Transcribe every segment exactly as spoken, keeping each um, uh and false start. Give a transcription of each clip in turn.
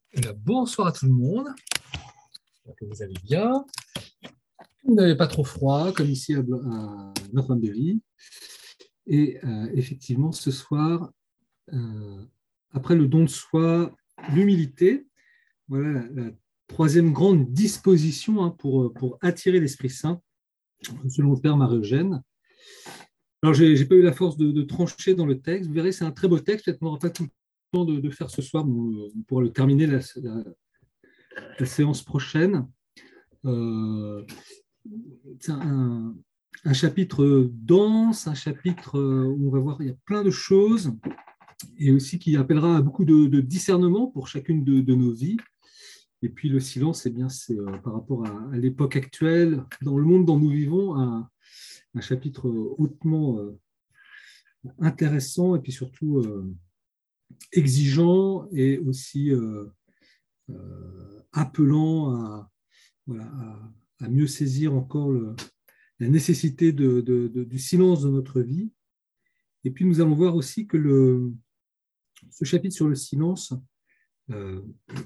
Eh bien, bonsoir à tout le monde, j'espère que vous allez bien. Vous n'avez pas trop froid, comme ici à, à Notre-Dame-de-Vie. Et euh, effectivement, ce soir, euh, après le don de soi, l'humilité, voilà la, la troisième grande disposition hein, pour, pour attirer l'Esprit Saint, selon le Père Marie-Eugène. Alors, je n'ai pas eu la force de, de trancher dans le texte. Vous verrez, c'est un très beau texte. Peut-être qu'on n'aura pas tout le temps de, de faire ce soir, mais on pourra le terminer la, la, la séance prochaine. Euh, c'est un, un chapitre dense, un chapitre où on va voir il y a plein de choses et aussi qui appellera à beaucoup de, de discernement pour chacune de, de nos vies. Et puis le silence, eh bien, c'est euh, par rapport à, à l'époque actuelle, dans le monde dont nous vivons, un, un chapitre hautement euh, intéressant et puis surtout euh, exigeant et aussi euh, euh, appelant à, voilà, à, à mieux saisir encore le, la nécessité de, de, de, du silence de notre vie. Et puis nous allons voir aussi que le, ce chapitre sur le silence euh,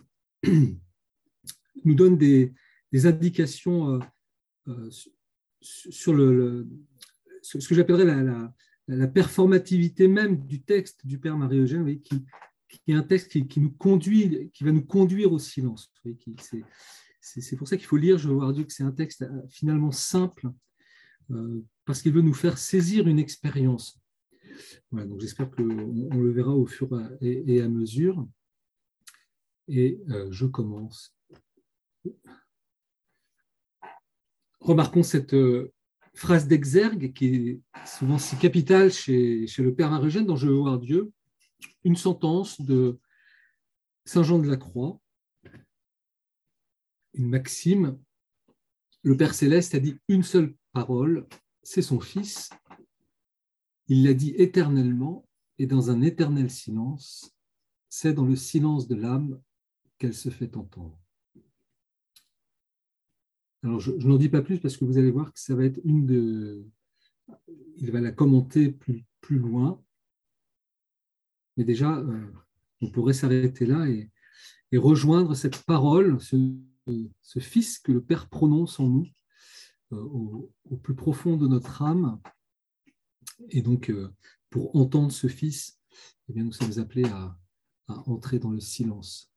nous donne des, des indications euh, sur le, le, ce que j'appellerais la, la, la performativité même du texte du Père Marie-Eugène, qui, qui est un texte qui, qui, nous conduit, qui va nous conduire au silence. C'est, c'est, c'est pour ça qu'il faut lire, je veux voir Dieu, que c'est un texte finalement simple, euh, parce qu'il veut nous faire saisir une expérience. Voilà, donc j'espère qu'on on le verra au fur et, et à mesure. Et euh, je commence. Remarquons cette euh, phrase d'exergue qui est souvent si capitale chez, chez le Père Marie-Eugène dans Je veux voir Dieu, une sentence de Saint Jean de la Croix, une maxime. Le Père Céleste a dit une seule parole, c'est son Fils. Il l'a dit éternellement et dans un éternel silence. C'est dans le silence de l'âme qu'elle se fait entendre. Alors, je, je n'en dis pas plus parce que vous allez voir que ça va être une de... Il va la commenter plus, plus loin. Mais déjà, euh, on pourrait s'arrêter là et, et rejoindre cette parole, ce, ce Fils que le Père prononce en nous, euh, au, au plus profond de notre âme. Et donc, euh, pour entendre ce Fils, eh bien, nous sommes appelés à, à entrer dans le silence.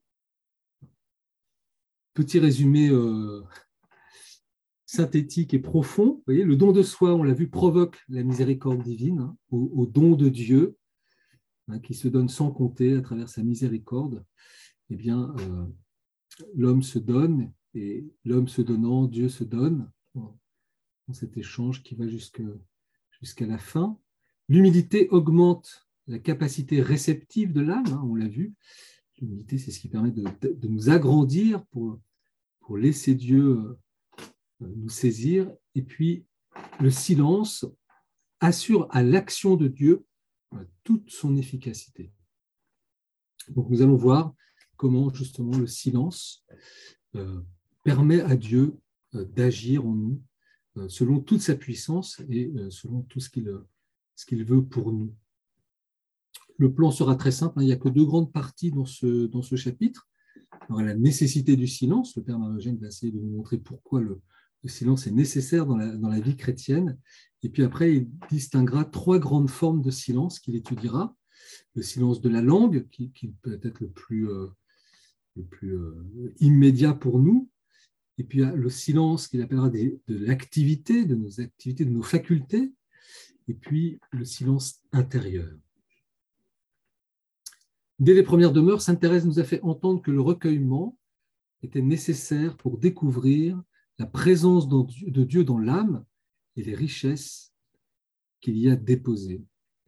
Petit résumé euh, synthétique et profond. Vous voyez, le don de soi, on l'a vu, provoque la miséricorde divine, hein, au, au don de Dieu, hein, qui se donne sans compter à travers sa miséricorde. Eh bien, euh, l'homme se donne, et l'homme se donnant, Dieu se donne, dans cet échange qui va jusque, jusqu'à la fin. L'humilité augmente la capacité réceptive de l'âme, hein, on l'a vu. L'humilité, c'est ce qui permet de, de nous agrandir pour, pour laisser Dieu nous saisir. Et puis, le silence assure à l'action de Dieu toute son efficacité. Donc, nous allons voir comment, justement, le silence euh, permet à Dieu euh, d'agir en nous euh, selon toute sa puissance et euh, selon tout ce qu'il, ce qu'il veut pour nous. Le plan sera très simple, hein, il n'y a que deux grandes parties dans ce, dans ce chapitre. Alors, la nécessité du silence, le Père Marie-Eugène va essayer de nous montrer pourquoi le, le silence est nécessaire dans la, dans la vie chrétienne. Et puis après, il distinguera trois grandes formes de silence qu'il étudiera. Le silence de la langue, qui, qui peut être le plus, euh, le plus euh, immédiat pour nous. Et puis le silence qu'il appellera des, de l'activité, de nos activités, de nos facultés. Et puis le silence intérieur. Dès les premières demeures, sainte Thérèse nous a fait entendre que le recueillement était nécessaire pour découvrir la présence de Dieu dans l'âme et les richesses qu'il y a déposées.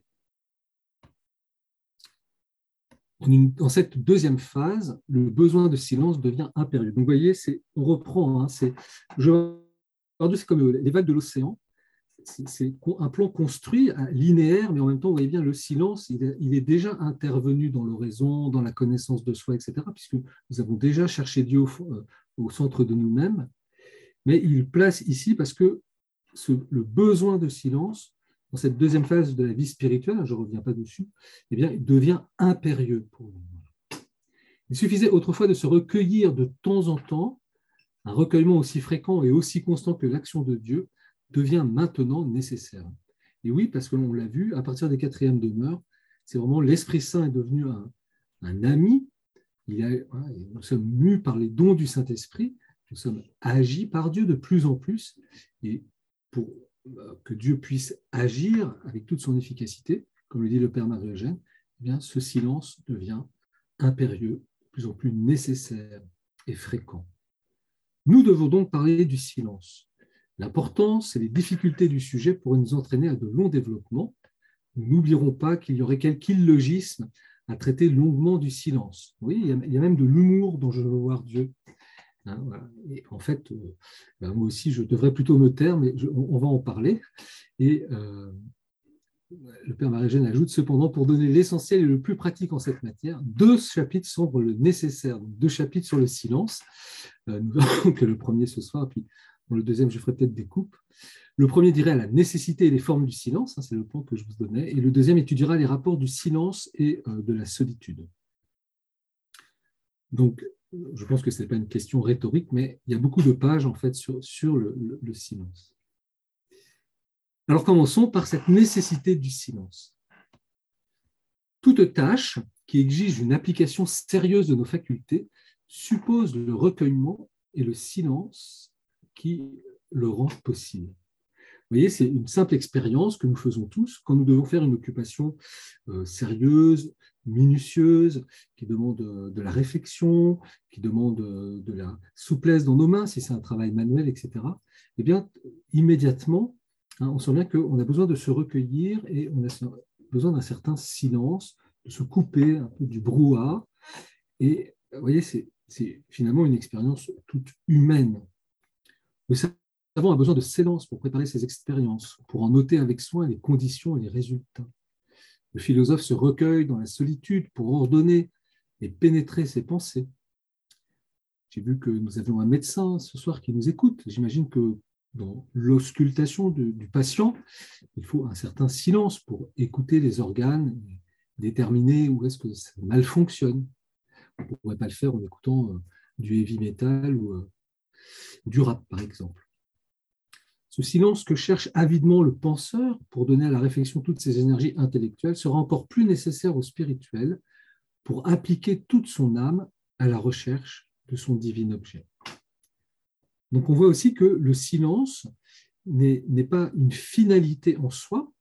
En, une, en cette deuxième phase, le besoin de silence devient impérieux. Donc, vous voyez, c'est, on reprend. Hein, c'est, je, c'est comme les vagues de l'océan. C'est, c'est un plan construit, linéaire, mais en même temps, vous voyez bien, le silence, il est, il est déjà intervenu dans l'oraison, dans la connaissance de soi, et cetera, puisque nous avons déjà cherché Dieu au, au centre de nous-mêmes. Mais il place ici, parce que ce, le besoin de silence, dans cette deuxième phase de la vie spirituelle, je ne reviens pas dessus, eh bien, il devient impérieux pour nous. Il suffisait autrefois de se recueillir de temps en temps. Un recueillement aussi fréquent et aussi constant que l'action de Dieu devient maintenant nécessaire. Et oui, parce que l'on l'a vu, à partir des quatrièmes demeures, c'est vraiment l'Esprit Saint est devenu un, un ami. Il a, nous sommes mus par les dons du Saint-Esprit, nous sommes agis par Dieu de plus en plus. Et pour que Dieu puisse agir avec toute son efficacité, comme le dit le Père Marie-Eugène, eh bien, ce silence devient impérieux, de plus en plus nécessaire et fréquent. Nous devons donc parler du silence. L'importance et les difficultés du sujet pourraient nous entraîner à de longs développements. Nous n'oublierons pas qu'il y aurait quelques illogismes à traiter longuement du silence. Oui, il y a, il y a même de l'humour dans Je veux voir Dieu. Hein, voilà. Et en fait, euh, ben moi aussi, je devrais plutôt me taire, mais je, on, on va en parler. Et euh, le Père Marie-Eugène ajoute cependant, pour donner l'essentiel et le plus pratique en cette matière, deux chapitres semblent le nécessaire. Donc, deux chapitres sur le silence. Euh, nous verrons que le premier ce soir, puis dans le deuxième, je ferai peut-être des coupes. Le premier dirait la nécessité et les formes du silence, hein, c'est le point que je vous donnais, et le deuxième étudiera les rapports du silence et euh, de la solitude. Donc, je pense que ce n'est pas une question rhétorique, mais il y a beaucoup de pages en fait sur, sur le, le, le silence. Alors, commençons par cette nécessité du silence. Toute tâche qui exige une application sérieuse de nos facultés suppose le recueillement et le silence qui le rendent possible. Vous voyez, c'est une simple expérience que nous faisons tous quand nous devons faire une occupation euh, sérieuse, minutieuse, qui demande euh, de la réflexion, qui demande euh, de la souplesse dans nos mains, si c'est un travail manuel, et cetera. Eh bien, immédiatement, hein, on sent bien qu'on a besoin de se recueillir et on a besoin d'un certain silence, de se couper un peu du brouhaha. Et vous voyez, c'est, c'est finalement une expérience toute humaine. Le savant a besoin de silence pour préparer ses expériences, pour en noter avec soin les conditions et les résultats. Le philosophe se recueille dans la solitude pour ordonner et pénétrer ses pensées. J'ai vu que nous avions un médecin ce soir qui nous écoute. J'imagine que dans l'auscultation du, du patient, il faut un certain silence pour écouter les organes et déterminer où est-ce que ça mal fonctionne. On ne pourrait pas le faire en écoutant euh, du heavy metal ou euh, du rap, par exemple. Ce silence que cherche avidement le penseur pour donner à la réflexion toutes ses énergies intellectuelles sera encore plus nécessaire au spirituel pour appliquer toute son âme à la recherche de son divin objet. Donc on voit aussi que le silence n'est, n'est pas une finalité en soi,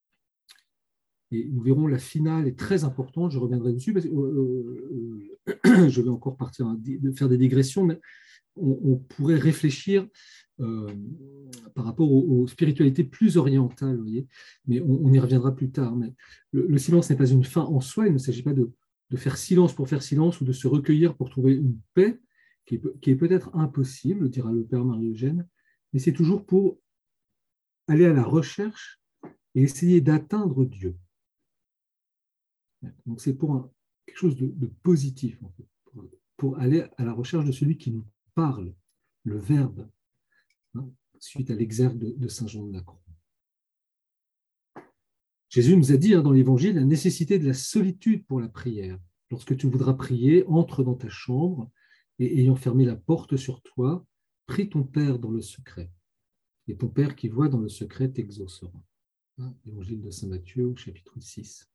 et nous verrons la finale est très importante, je reviendrai dessus, parce que euh, euh, je vais encore partir à faire des digressions, mais on, on pourrait réfléchir euh, par rapport aux, aux spiritualités plus orientales, vous voyez, mais on, on y reviendra plus tard. Mais le, le silence n'est pas une fin en soi, il ne s'agit pas de, de faire silence pour faire silence ou de se recueillir pour trouver une paix qui est, qui est peut-être impossible, dira le Père Marie-Eugène, mais c'est toujours pour aller à la recherche et essayer d'atteindre Dieu. Donc c'est pour un, quelque chose de, de positif, en fait, pour, pour aller à la recherche de celui qui nous parle, le Verbe, hein, suite à l'exergue de, de Saint Jean de la Croix. Jésus nous a dit hein, dans l'Évangile la nécessité de la solitude pour la prière. Lorsque tu voudras prier, entre dans ta chambre et ayant fermé la porte sur toi, prie ton Père dans le secret. Et ton Père qui voit dans le secret t'exaucera. Hein, L'Évangile de Saint Matthieu au chapitre six.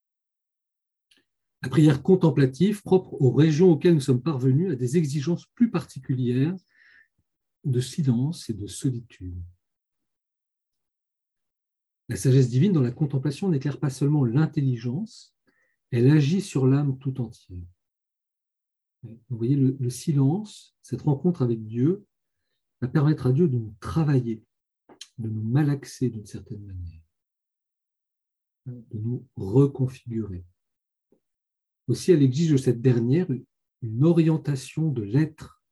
La prière contemplative, propre aux régions auxquelles nous sommes parvenus, a des exigences plus particulières de silence et de solitude. La sagesse divine dans la contemplation n'éclaire pas seulement l'intelligence, elle agit sur l'âme tout entière. Vous voyez, le, le silence, cette rencontre avec Dieu, va permettre à Dieu de nous travailler, de nous malaxer d'une certaine manière, de nous reconfigurer. Aussi, elle exige de cette dernière une orientation de l'être.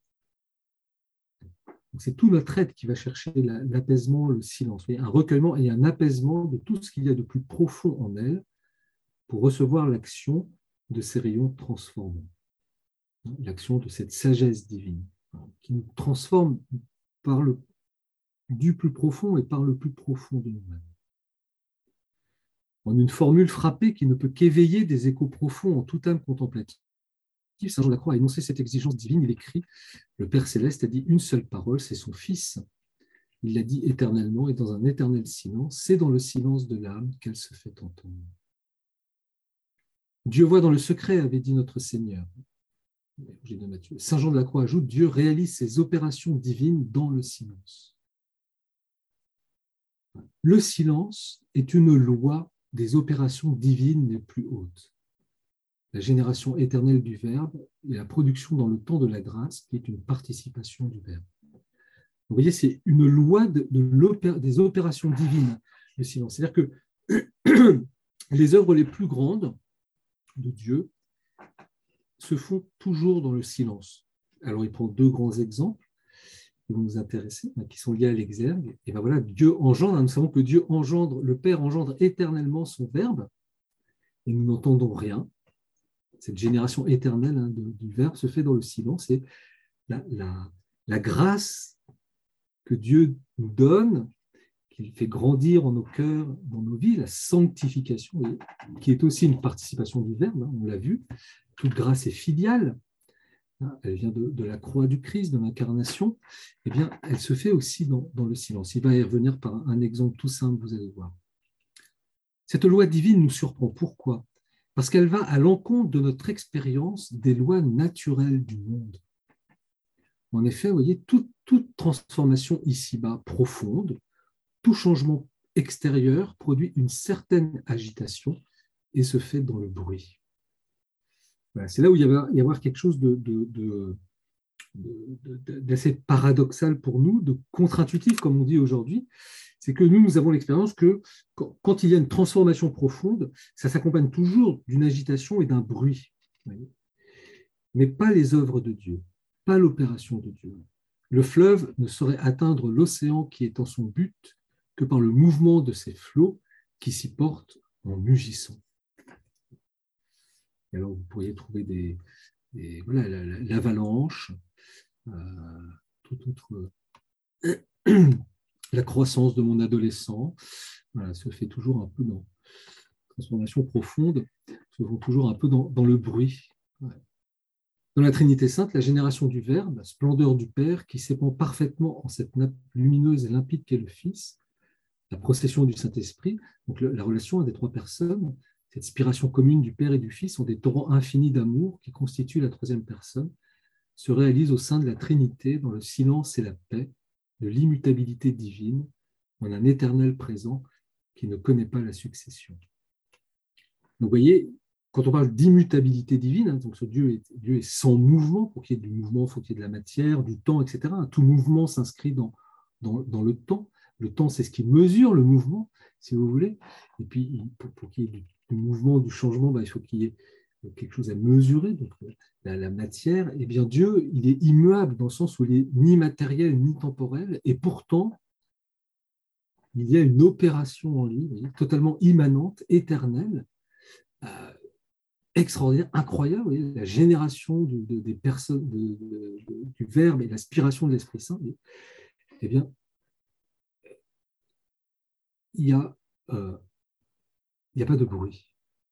C'est tout notre être qui va chercher l'apaisement, le silence, un recueillement et un apaisement de tout ce qu'il y a de plus profond en elle pour recevoir l'action de ces rayons transformants, l'action de cette sagesse divine qui nous transforme par le, du plus profond et par le plus profond de nous-mêmes. En une formule frappée qui ne peut qu'éveiller des échos profonds en toute âme contemplative, Saint Jean de la Croix a énoncé cette exigence divine. Il écrit, le Père Céleste a dit une seule parole, c'est son Fils. Il l'a dit éternellement et dans un éternel silence. C'est dans le silence de l'âme qu'elle se fait entendre. Dieu voit dans le secret, avait dit notre Seigneur. Saint Jean de la Croix ajoute, Dieu réalise ses opérations divines dans le silence. Le silence est une loi des opérations divines les plus hautes. La génération éternelle du Verbe et la production dans le temps de la grâce qui est une participation du Verbe. Vous voyez, c'est une loi de, de des opérations divines, le silence. C'est-à-dire que les œuvres les plus grandes de Dieu se font toujours dans le silence. Alors, il prend deux grands exemples qui vont nous intéresser, qui sont liés à l'exergue. Et bien voilà, Dieu engendre, nous savons que Dieu engendre, le Père engendre éternellement son Verbe, et nous n'entendons rien. Cette génération éternelle hein, de, du Verbe se fait dans le silence, et la, la, la grâce que Dieu nous donne, qu'il fait grandir en nos cœurs, dans nos vies, la sanctification, qui est aussi une participation du Verbe, hein, on l'a vu, toute grâce est filiale, hein, elle vient de, de la croix du Christ, de l'incarnation, eh bien, elle se fait aussi dans, dans le silence. Il va y revenir par un, un exemple tout simple, vous allez voir. Cette loi divine nous surprend. Pourquoi ? Parce qu'elle va à l'encontre de notre expérience des lois naturelles du monde. En effet, vous voyez, toute, toute transformation ici-bas profonde, tout changement extérieur produit une certaine agitation et se fait dans le bruit. Voilà, c'est là où il va y avoir quelque chose de, de, de, de, d'assez paradoxal pour nous, de contre-intuitif, comme on dit aujourd'hui. C'est que nous, nous avons l'expérience que quand, quand il y a une transformation profonde, ça s'accompagne toujours d'une agitation et d'un bruit. Mais pas les œuvres de Dieu, pas l'opération de Dieu. Le fleuve ne saurait atteindre l'océan qui est en son but que par le mouvement de ses flots qui s'y portent en mugissant. Et alors, vous pourriez trouver des, des voilà, l'avalanche, euh, tout autre, la croissance de mon adolescent, voilà, se fait toujours un peu dans transformation profonde, se font toujours un peu dans, dans le bruit. Ouais. Dans la Trinité Sainte, la génération du Verbe, la splendeur du Père qui s'épand parfaitement en cette nappe lumineuse et limpide qu'est le Fils, la procession du Saint-Esprit, donc la relation des trois personnes, cette spiration commune du Père et du Fils sont des torrents infinis d'amour qui constituent la troisième personne, se réalisent au sein de la Trinité dans le silence et la paix, de l'immutabilité divine, en un éternel présent qui ne connaît pas la succession. Donc vous voyez, quand on parle d'immutabilité divine, hein, donc ce Dieu est, Dieu est sans mouvement, pour qu'il y ait du mouvement, il faut qu'il y ait de la matière, du temps, et cetera. Tout mouvement s'inscrit dans, dans, dans le temps. Le temps, c'est ce qui mesure le mouvement, si vous voulez. Et puis, pour, pour qu'il y ait du, du mouvement, du changement, bah, il faut qu'il y ait quelque chose à mesurer, donc la, la matière. Eh bien, Dieu, il est immuable dans le sens où il n'est ni matériel ni temporel, et pourtant, il y a une opération en lui, voyez, totalement immanente, éternelle, euh, extraordinaire, incroyable, voyez, la génération du, de, des personnes, de, de, de, du Verbe et l'aspiration de l'Esprit Saint. Eh bien, il n'y a, euh, il y a pas de bruit.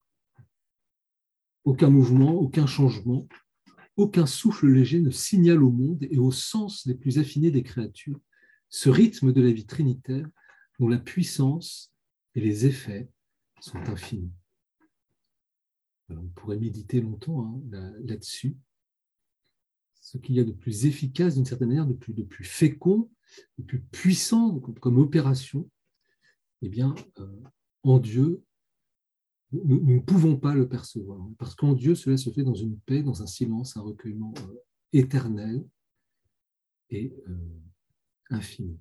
Aucun mouvement, aucun changement, aucun souffle léger ne signale au monde et aux sens les plus affinés des créatures ce rythme de la vie trinitaire dont la puissance et les effets sont infinis. Alors, on pourrait méditer longtemps hein, là, là-dessus. Ce qu'il y a de plus efficace, d'une certaine manière, de plus, de plus fécond, de plus puissant comme, comme opération, eh bien, euh, en Dieu, nous, nous ne pouvons pas le percevoir. Parce qu'en Dieu, cela se fait dans une paix, dans un silence, un recueillement euh, éternel et euh, infini.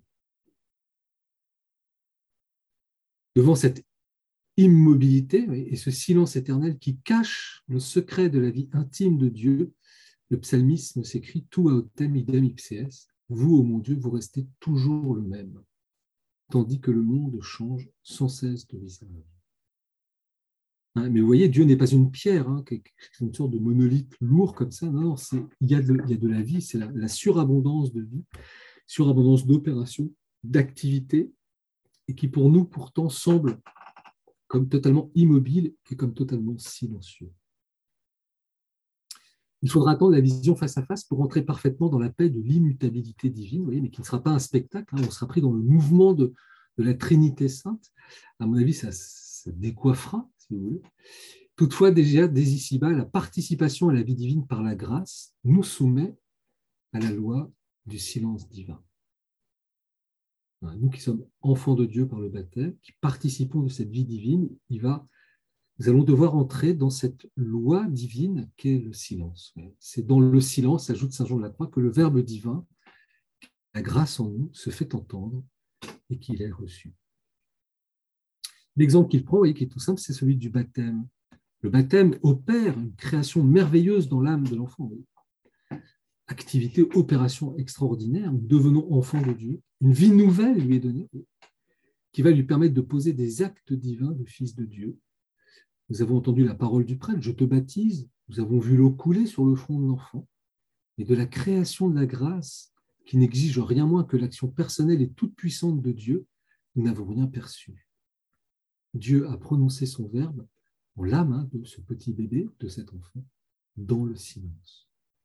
Devant cette immobilité et ce silence éternel qui cache le secret de la vie intime de Dieu, le psalmisme s'écrit « tout autem idem ipses » vous, ô mon Dieu, vous restez toujours le même, tandis que le monde change sans cesse de visage. Hein, mais vous voyez, Dieu n'est pas une pierre, hein, une sorte de monolithe lourd comme ça. Non, non, c'est, il, y a de, il y a de la vie, c'est la, la surabondance de vie, surabondance d'opérations, d'activités, et qui pour nous pourtant semble comme totalement immobile et comme totalement silencieux. Il faudra attendre la vision face à face pour entrer parfaitement dans la paix de l'immutabilité divine, vous voyez, mais qui ne sera pas un spectacle, hein, on sera pris dans le mouvement de, de la Trinité sainte. À mon avis, ça, ça décoiffera, si vous voulez. Toutefois, déjà, dès ici-bas, la participation à la vie divine par la grâce nous soumet à la loi du silence divin. Nous qui sommes enfants de Dieu par le baptême, qui participons de cette vie divine, il va, nous allons devoir entrer dans cette loi divine qu'est le silence. C'est dans le silence, ajoute saint Jean de la Croix, que le Verbe divin, la grâce en nous, se fait entendre et qu'il est reçu. L'exemple qu'il prend, voyez, qui est tout simple, c'est celui du baptême. Le baptême opère une création merveilleuse dans l'âme de l'enfant. Activité, opération extraordinaire, nous devenons enfants de Dieu, une vie nouvelle lui est donnée, qui va lui permettre de poser des actes divins de fils de Dieu. Nous avons entendu la parole du prêtre, je te baptise, nous avons vu l'eau couler sur le front de l'enfant, et de la création de la grâce, qui n'exige rien moins que l'action personnelle et toute puissante de Dieu, nous n'avons rien perçu. Dieu a prononcé son verbe en l'âme de ce petit bébé, de cet enfant, dans le silence.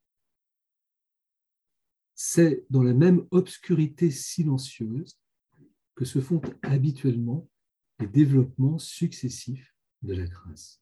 C'est dans la même obscurité silencieuse que se font habituellement les développements successifs de la grâce.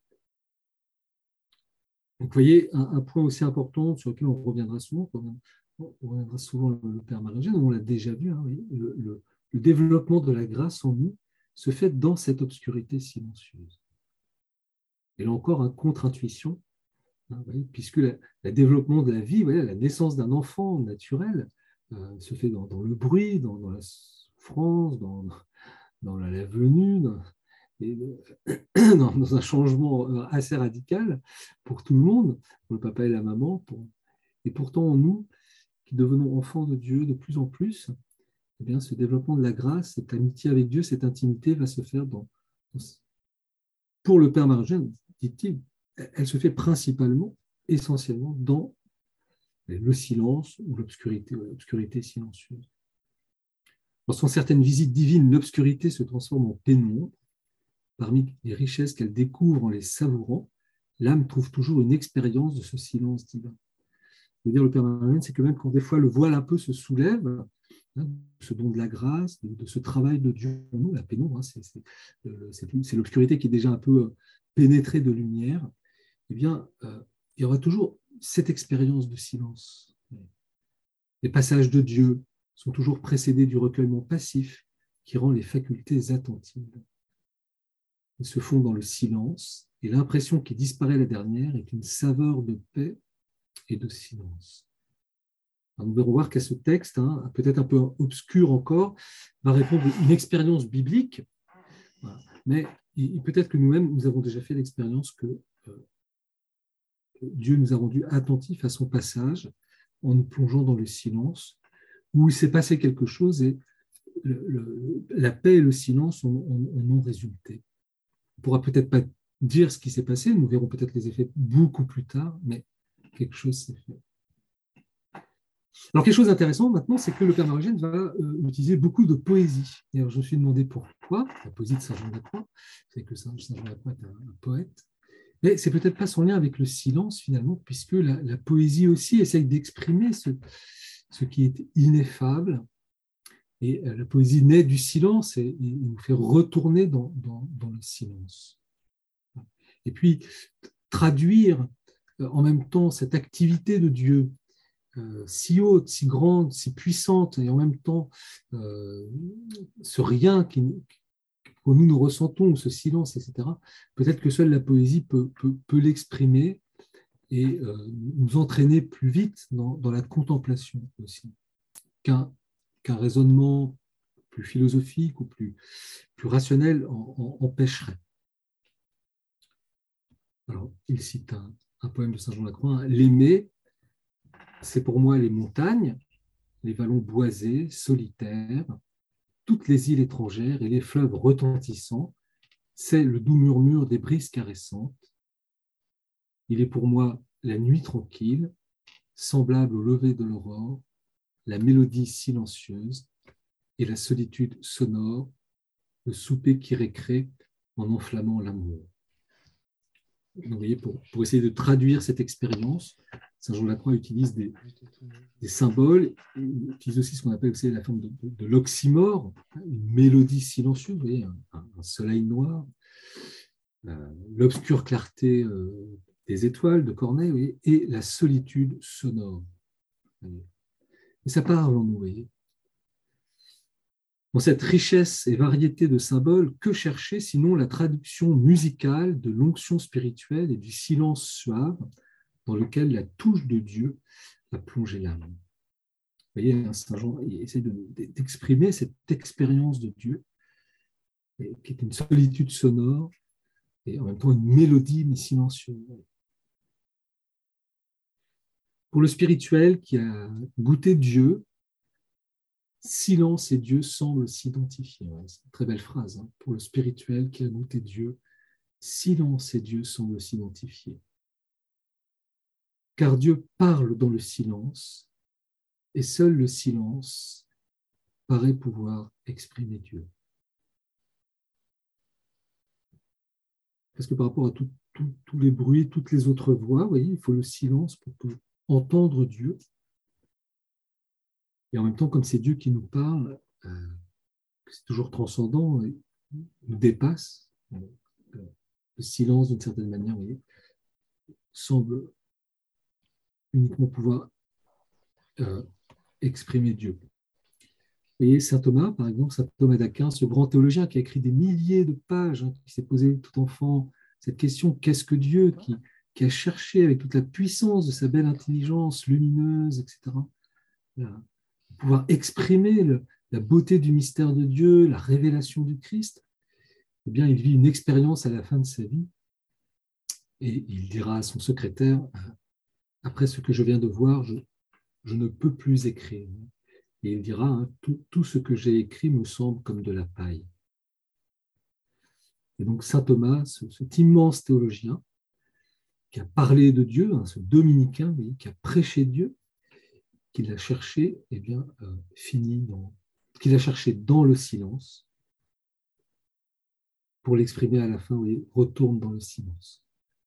Donc, vous voyez, un, un point aussi important sur lequel on reviendra souvent, on reviendra souvent le, le Père Marie-Eugène, on l'a déjà vu, hein, le, le, le développement de la grâce en nous se fait dans cette obscurité silencieuse. Et là encore, un contre-intuition, hein, puisque le développement de la vie, voyez, la naissance d'un enfant naturel euh, se fait dans, dans le bruit, dans, dans la souffrance, dans, dans la, la venue, dans, et, dans, dans un changement assez radical pour tout le monde, pour le papa et la maman. Pour... Et pourtant, nous, qui devenons enfants de Dieu de plus en plus, eh bien, ce développement de la grâce, cette amitié avec Dieu, cette intimité va se faire dans... Pour le Père Marie-Eugène, dit-il, elle se fait principalement, essentiellement, dans le silence ou l'obscurité, l'obscurité silencieuse. Lorsqu'en certaines visites divines, l'obscurité se transforme en pénombre, parmi les richesses qu'elle découvre en les savourant, l'âme trouve toujours une expérience de ce silence divin. Je veux dire, le Père Marie-Eugène, c'est que même quand des fois le voile un peu se soulève, hein, ce don de la grâce, de, de ce travail de Dieu en nous, la pénombre, hein, c'est, c'est, c'est l'obscurité qui est déjà un peu pénétrée de lumière, eh bien, euh, il y aura toujours cette expérience de silence. Les passages de Dieu sont toujours précédés du recueillement passif qui rend les facultés attentives. Ils se font dans le silence, et l'impression qui disparaît la dernière est une saveur de paix et de silence. Alors nous verrons voir qu'à ce texte, hein, peut-être un peu obscur encore, va répondre une expérience biblique, mais peut-être que nous-mêmes, nous avons déjà fait l'expérience que euh, Dieu nous a rendus attentifs à son passage en nous plongeant dans le silence, où il s'est passé quelque chose et le, le, la paix et le silence en ont résulté. On ne pourra peut-être pas dire ce qui s'est passé, nous verrons peut-être les effets beaucoup plus tard, mais quelque chose s'est fait. Alors, quelque chose d'intéressant maintenant, c'est que le Père Marie-Eugène va euh, utiliser beaucoup de poésie. Et alors, je me suis demandé pourquoi, la poésie de saint Jean de la Croix, c'est que saint Jean de la Croix est un, un poète, mais c'est peut-être pas son lien avec le silence finalement, puisque la, la poésie aussi essaye d'exprimer ce, ce qui est ineffable. Et euh, la poésie naît du silence et, et nous fait retourner dans, dans, dans le silence. Et puis, traduire euh, en même temps cette activité de Dieu, Euh, si haute, si grande, si puissante, et en même temps euh, ce rien qui, que nous nous ressentons, ce silence, et cetera, peut-être que seule la poésie peut, peut, peut l'exprimer et euh, nous entraîner plus vite dans, dans la contemplation aussi, qu'un qu'un raisonnement plus philosophique ou plus, plus rationnel en, en, empêcherait. Alors, il cite un, un poème de saint Jean de la Croix, hein, l'aimer, c'est pour moi les montagnes, les vallons boisés, solitaires, toutes les îles étrangères et les fleuves retentissants, c'est le doux murmure des brises caressantes. Il est pour moi la nuit tranquille, semblable au lever de l'aurore, la mélodie silencieuse et la solitude sonore, le souper qui récrée en enflammant l'amour. vous voyez, pour, pour essayer de traduire cette expérience, Saint Jean de la Croix utilise des, des symboles, il utilise aussi ce qu'on appelle, vous savez, la forme de, de, de l'oxymore, une mélodie silencieuse, vous voyez, un, un soleil noir, euh, l'obscure clarté euh, des étoiles de Corneille, vous voyez, et la solitude sonore. Et ça parle en nous, vous voyez. Dans cette richesse et variété de symboles, que chercher sinon la traduction musicale de l'onction spirituelle et du silence suave dans lequel la touche de Dieu a plongé l'âme. Vous voyez, Saint Jean essaie d'exprimer cette expérience de Dieu, qui est une solitude sonore et en même temps une mélodie mais silencieuse. Pour le spirituel qui a goûté Dieu, silence et Dieu semblent s'identifier. C'est une très belle phrase. Hein. Pour le spirituel qui a goûté Dieu, silence et Dieu semblent s'identifier. Car Dieu parle dans le silence, et seul le silence paraît pouvoir exprimer Dieu. Parce que par rapport à tout, tout, tous les bruits, toutes les autres voix, vous voyez, il faut le silence pour que, entendre Dieu. Et en même temps, comme c'est Dieu qui nous parle, euh, c'est toujours transcendant, il nous dépasse. Le silence, d'une certaine manière, vous voyez, semble uniquement pouvoir euh, exprimer Dieu. Vous voyez, saint Thomas, par exemple, saint Thomas d'Aquin, ce grand théologien qui a écrit des milliers de pages, hein, qui s'est posé tout enfant cette question, qu'est-ce que Dieu, qui, qui a cherché avec toute la puissance de sa belle intelligence lumineuse, et cetera, là, pouvoir exprimer le, la beauté du mystère de Dieu, la révélation du Christ, eh bien, il vit une expérience à la fin de sa vie et il dira à son secrétaire, après ce que je viens de voir, je, je ne peux plus écrire. Et il dira, hein, tout, tout ce que j'ai écrit me semble comme de la paille. Et donc, saint Thomas, ce, cet immense théologien qui a parlé de Dieu, hein, ce dominicain, vous voyez, qui a prêché Dieu, qu'il a cherché, eh bien, euh, finit dans, qu'il a cherché dans le silence, pour l'exprimer à la fin, vous voyez, retourne dans le silence.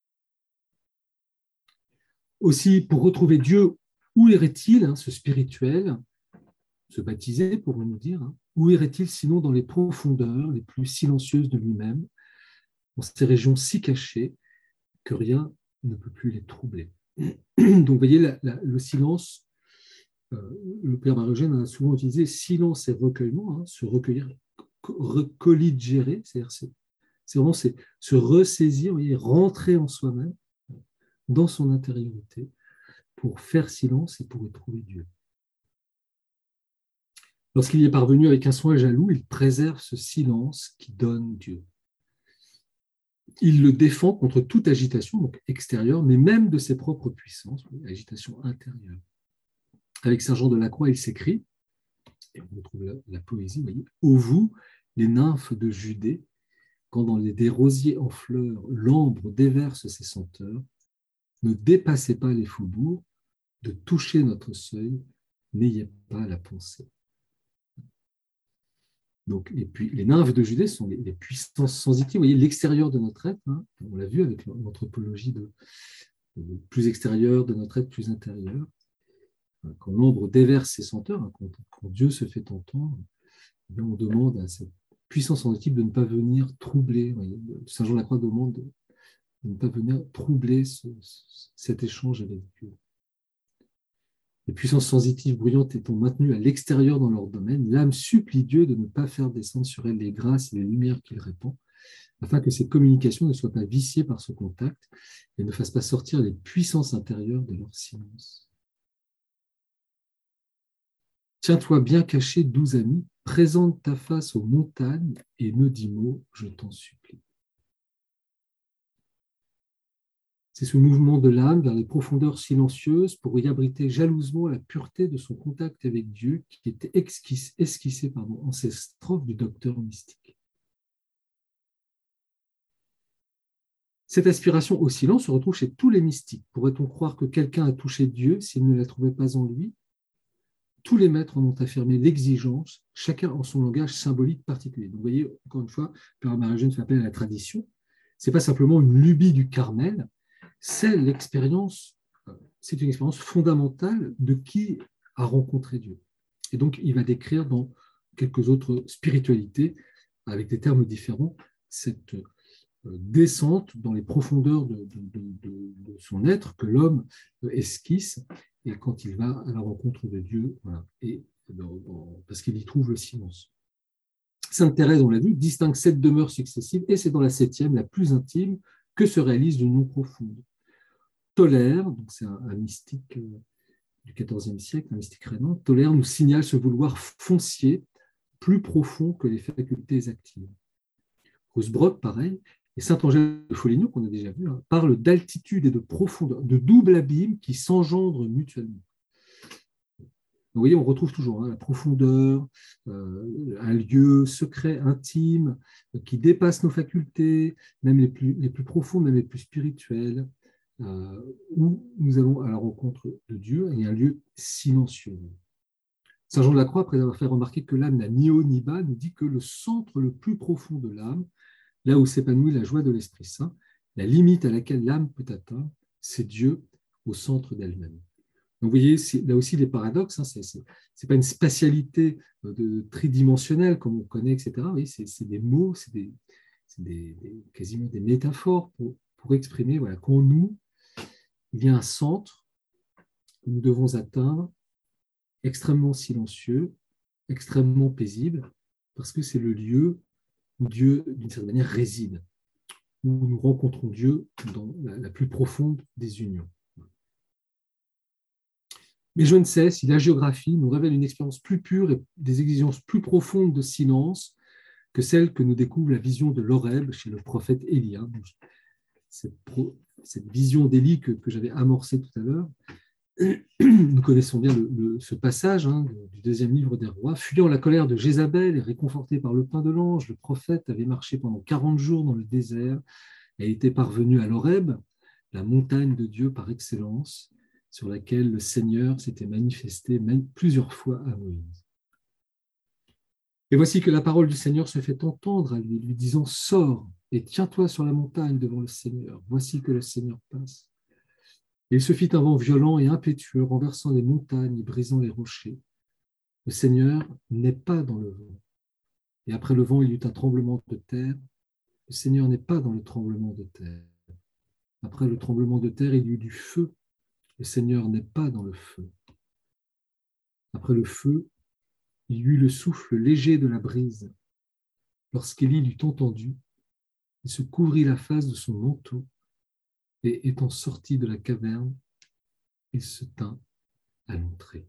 Aussi, pour retrouver Dieu, où irait-il, hein, ce spirituel, se baptiser, pourrons-nous dire, hein, où irait-il sinon dans les profondeurs les plus silencieuses de lui-même, dans ces régions si cachées que rien ne peut plus les troubler. Donc, vous voyez, la, la, le silence, euh, le Père Marie-Eugène a souvent utilisé silence et recueillement, hein, se recueillir, colligérer, c'est-à-dire c'est, c'est vraiment c'est, se ressaisir, vous voyez, rentrer en soi-même, dans son intériorité, pour faire silence et pour y trouver Dieu. Lorsqu'il y est parvenu avec un soin jaloux, il préserve ce silence qui donne Dieu. Il le défend contre toute agitation, donc extérieure, mais même de ses propres puissances, agitation intérieure. Avec saint Jean de la Croix, il s'écrit, et on retrouve la, la poésie, vous voyez, ô vous, les nymphes de Judée, quand dans les, des rosiers en fleurs, l'ambre déverse ses senteurs, ne dépassez pas les faubourgs, de toucher notre seuil, n'ayez pas la pensée. Donc, et puis, les nymphes de Judée sont les, les puissances sensitives. Vous voyez, l'extérieur de notre être, hein, on l'a vu avec l'anthropologie de, de plus extérieure, de notre être plus intérieur. Quand l'ombre déverse ses senteurs, hein, quand, quand Dieu se fait entendre, eh bien, on demande à cette puissance sensitive de ne pas venir troubler. Voyez, saint Jean de la Croix demande de, de ne pas venir troubler ce, cet échange avec Dieu. Les puissances sensitives bruyantes étant maintenues à l'extérieur dans leur domaine, l'âme supplie Dieu de ne pas faire descendre sur elle les grâces et les lumières qu'il répand, afin que cette communication ne soit pas viciée par ce contact et ne fasse pas sortir les puissances intérieures de leur silence. Tiens-toi bien caché, doux ami, présente ta face aux montagnes et ne dis mot, je t'en supplie. C'est ce mouvement de l'âme vers les profondeurs silencieuses pour y abriter jalousement la pureté de son contact avec Dieu qui était esquissé, esquissé pardon, en ces strophes du docteur mystique. Cette aspiration au silence se retrouve chez tous les mystiques. Pourrait-on croire que quelqu'un a touché Dieu s'il ne la trouvait pas en lui ? Tous les maîtres en ont affirmé l'exigence, chacun en son langage symbolique particulier. Donc, vous voyez, encore une fois, Père Marie-Eugène fait appel à la tradition. Ce n'est pas simplement une lubie du Carmel, c'est l'expérience, c'est une expérience fondamentale de qui a rencontré Dieu. Et donc, il va décrire dans quelques autres spiritualités, avec des termes différents, cette descente dans les profondeurs de, de, de, de son être que l'homme esquisse, et quand il va à la rencontre de Dieu, voilà, et dans, dans, parce qu'il y trouve le silence. Sainte Thérèse, on l'a vu, distingue sept demeures successives, et c'est dans la septième, la plus intime, que se réalise l'union profonde. Tolère, donc c'est un, un mystique du quatorzième siècle, un mystique rénan, Tolère nous signale ce vouloir foncier plus profond que les facultés actives. Rusbrock, pareil, et saint Angèle de Foligno, qu'on a déjà vu, hein, parle d'altitude et de profondeur, de double abîme qui s'engendrent mutuellement. Vous voyez, on retrouve toujours hein, la profondeur, euh, un lieu secret, intime, euh, qui dépasse nos facultés, même les plus, les plus profondes, même les plus spirituelles, euh, où nous allons à la rencontre de Dieu, et un lieu silencieux. Saint Jean de la Croix, après avoir fait remarquer que l'âme n'a ni haut ni bas, nous dit que le centre le plus profond de l'âme, là où s'épanouit la joie de l'Esprit Saint, la limite à laquelle l'âme peut atteindre, c'est Dieu au centre d'elle-même. Donc, vous voyez, là aussi, les paradoxes, hein, ce n'est pas une spatialité de, tridimensionnelle comme on connaît, et cetera. Oui, c'est des mots, c'est des, des, des, quasiment des métaphores pour, pour exprimer voilà, qu'en nous, il y a un centre que nous devons atteindre, extrêmement silencieux, extrêmement paisible, parce que c'est le lieu où Dieu, d'une certaine manière, réside, où nous rencontrons Dieu dans la, la plus profonde des unions. Mais je ne sais si la géographie nous révèle une expérience plus pure et des exigences plus profondes de silence que celle que nous découvre la vision de l'Horeb chez le prophète Élie. Cette, pro, cette vision d'Élie que, que j'avais amorcée tout à l'heure, nous connaissons bien le, le, ce passage hein, du deuxième livre des rois. Fuyant la colère de Jézabel et réconforté par le pain de l'ange, le prophète avait marché pendant quarante jours dans le désert et était parvenu à l'Horeb, la montagne de Dieu par excellence, sur laquelle le Seigneur s'était manifesté même plusieurs fois à Moïse. Et voici que la parole du Seigneur se fait entendre à lui, lui disant « Sors et tiens-toi sur la montagne devant le Seigneur. Voici que le Seigneur passe. » Et il se fit un vent violent et impétueux, renversant les montagnes et brisant les rochers. Le Seigneur n'est pas dans le vent. Et après le vent, il y eut un tremblement de terre. Le Seigneur n'est pas dans le tremblement de terre. Après le tremblement de terre, il y eut du feu. Le Seigneur n'est pas dans le feu. Après le feu, il y eut le souffle léger de la brise. Lorsqu'Élie l'eut entendu, il se couvrit la face de son manteau et, étant sorti de la caverne, il se tint à l'entrée.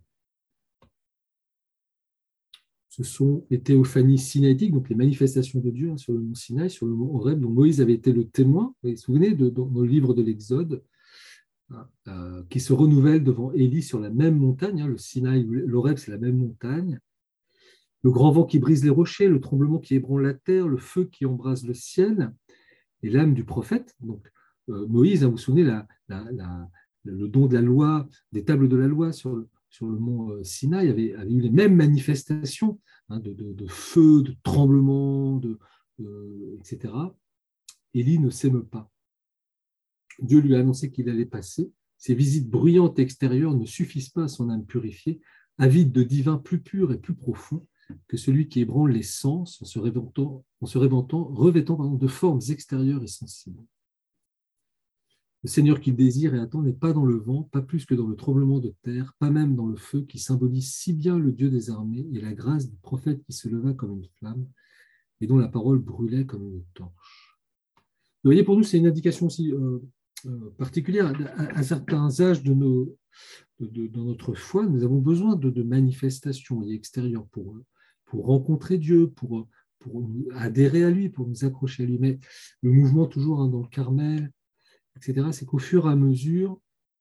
Ce sont les théophanies sinaïtiques, donc les manifestations de Dieu hein, sur le mont Sinaï, sur le mont Horeb, dont Moïse avait été le témoin. Vous vous souvenez, de, dans, dans le livre de l'Exode, euh, qui se renouvelle devant Élie sur la même montagne. Hein, le Sinaï, l'Horeb, c'est la même montagne. Le grand vent qui brise les rochers, le tremblement qui ébranle la terre, le feu qui embrase le ciel, et l'âme du prophète. Donc, euh, Moïse, hein, vous vous souvenez, la, la, la, le don de la loi, des tables de la loi sur le, sur le mont euh, Sinaï avait, avait eu les mêmes manifestations hein, de, de, de feu, de tremblement, de, euh, et cetera. Élie ne s'émeut pas. Dieu lui a annoncé qu'il allait passer. Ces visites bruyantes extérieures ne suffisent pas à son âme purifiée, avide de divin plus pur et plus profond que celui qui ébranle les sens en se revêtant, en se revêtant, revêtant pardon, de formes extérieures et sensibles. Le Seigneur qu'il désire et attend n'est pas dans le vent, pas plus que dans le tremblement de terre, pas même dans le feu qui symbolise si bien le Dieu des armées et la grâce du prophète qui se leva comme une flamme et dont la parole brûlait comme une torche. Vous voyez, pour nous, c'est une indication aussi euh, euh, particulière. À, à certains âges de, nos, de, de, de notre foi, nous avons besoin de, de manifestations extérieures pour, pour rencontrer Dieu, pour, pour adhérer à lui, pour nous accrocher à lui. Mais le mouvement toujours hein, dans le Carmel, et cetera, c'est qu'au fur et à mesure,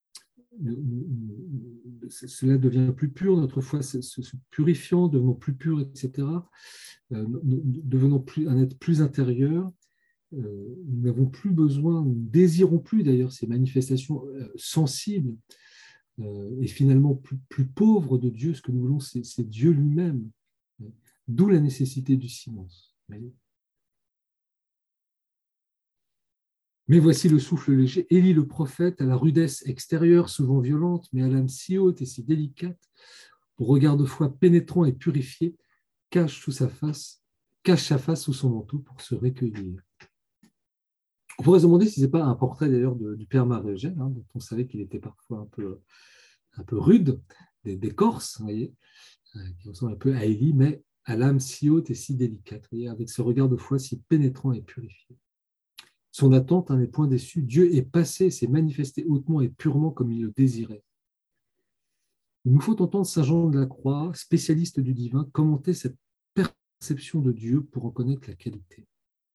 cela devient plus pur, notre foi se, se purifiant, devenant plus pur, et cetera, euh, devenant plus, un être plus intérieur. Euh, nous n'avons plus besoin, nous ne désirons plus d'ailleurs ces manifestations euh, sensibles euh, et finalement plus, plus pauvres de Dieu. Ce que nous voulons, c'est, c'est Dieu lui-même. D'où la nécessité du silence. Mais voici le souffle léger. Élie le prophète, à la rudesse extérieure, souvent violente, mais à l'âme si haute et si délicate, au regard de foi pénétrant et purifié, cache sous sa face, cache sa face sous son manteau pour se recueillir. On pourrait se demander si ce n'est pas un portrait d'ailleurs de, du père Marie-Eugène, hein, dont on savait qu'il était parfois un peu, un peu rude, des, des Corses, vous voyez, euh, qui ressemble un peu à Élie, mais à l'âme si haute et si délicate, vous voyez, avec ce regard de foi si pénétrant et purifié. Son attente n'est point déçue. Dieu est passé, s'est manifesté hautement et purement comme il le désirait. Il nous faut entendre Saint Jean de la Croix, spécialiste du divin, commenter cette perception de Dieu pour en connaître la qualité.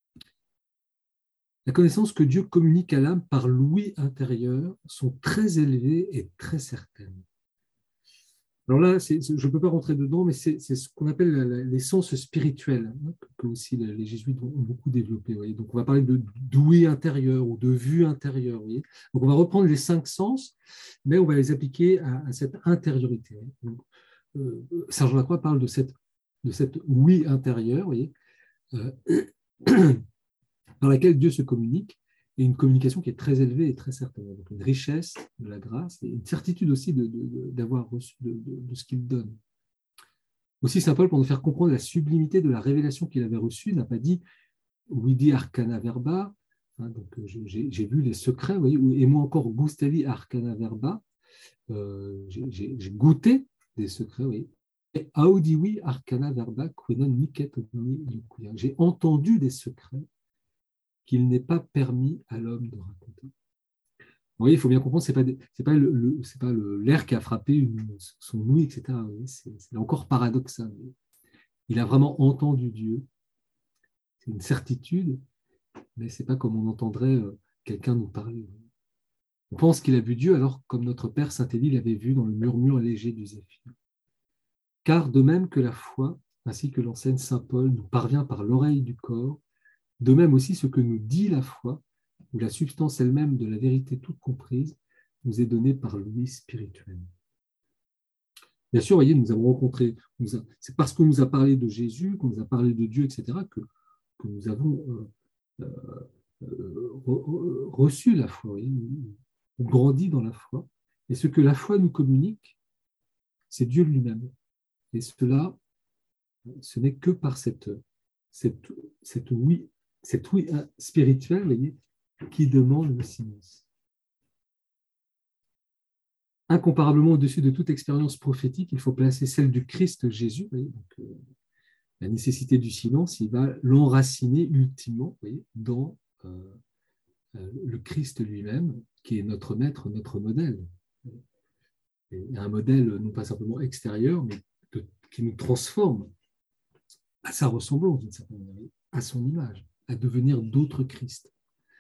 La connaissance que Dieu communique à l'âme par l'ouïe intérieure sont très élevées et très certaines. Alors là, c'est, je ne peux pas rentrer dedans, mais c'est, c'est ce qu'on appelle l'essence spirituelle, hein, que aussi les jésuites ont beaucoup développé. Voyez. Donc on va parler de d'ouïe intérieure ou de vue intérieure. Voyez. Donc on va reprendre les cinq sens, mais on va les appliquer à, à cette intériorité. Donc, euh, Saint Jean de la Croix parle de cette, de cette ouïe intérieure, voyez, euh, dans laquelle Dieu se communique, et une communication qui est très élevée et très certaine. Donc une richesse de la grâce et une certitude aussi de, de, de, d'avoir reçu de, de, de ce qu'il donne. Aussi, Saint Paul, pour nous faire comprendre la sublimité de la révélation qu'il avait reçue, n'a pas dit vidi arcana verba, hein, donc j'ai, j'ai vu les secrets, vous voyez, et moi encore gustavi arcana verba, euh, j'ai, j'ai, j'ai goûté des secrets, vous voyez. Et audivi arcana verba quenon nicet omni locuia. J'ai entendu des secrets qu'il n'est pas permis à l'homme de raconter. Vous voyez, il faut bien comprendre, ce n'est pas, c'est pas, le, le, c'est pas le, l'air qui a frappé une, son ouïe, et cetera. C'est, c'est encore paradoxal. Il a vraiment entendu Dieu. C'est une certitude, mais ce n'est pas comme on entendrait quelqu'un nous parler. On pense qu'il a vu Dieu, alors comme notre Père Saint-Élie l'avait vu dans le murmure léger du zéphyr. Car de même que la foi, ainsi que l'enseigne Saint Paul, nous parvient par l'oreille du corps, de même aussi ce que nous dit la foi, ou la substance elle-même de la vérité toute comprise, nous est donnée par l'ouïe spirituelle. Bien sûr, voyez, nous avons rencontré, nous a, c'est parce qu'on nous a parlé de Jésus, qu'on nous a parlé de Dieu, et cetera, que, que nous avons euh, euh, re, reçu la foi, voyez, ou grandi dans la foi. Et ce que la foi nous communique, c'est Dieu lui-même. Et cela, ce n'est que par cette, cette, cette ouïe, cette ouïe spirituelle, voyez, qui demande le silence. Incomparablement au-dessus de toute expérience prophétique, il faut placer celle du Christ Jésus. Voyez, donc, euh, la nécessité du silence, il va l'enraciner ultimement, voyez, dans euh, euh, le Christ lui-même, qui est notre maître, notre modèle. Et un modèle non pas simplement extérieur, mais de, qui nous transforme à sa ressemblance, d'une certaine manière, à son image, à devenir d'autres Christ,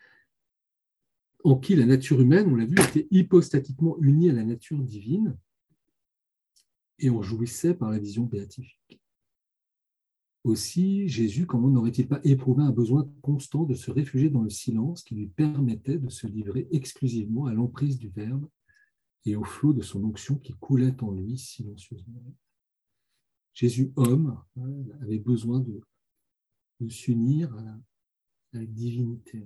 en qui la nature humaine, on l'a vu, était hypostatiquement unie à la nature divine et on jouissait par la vision béatifique. Aussi, Jésus, comment n'aurait-il pas éprouvé un besoin constant de se réfugier dans le silence qui lui permettait de se livrer exclusivement à l'emprise du Verbe et au flot de son onction qui coulait en lui silencieusement. Jésus, homme, avait besoin de, de s'unir à la, à la divinité.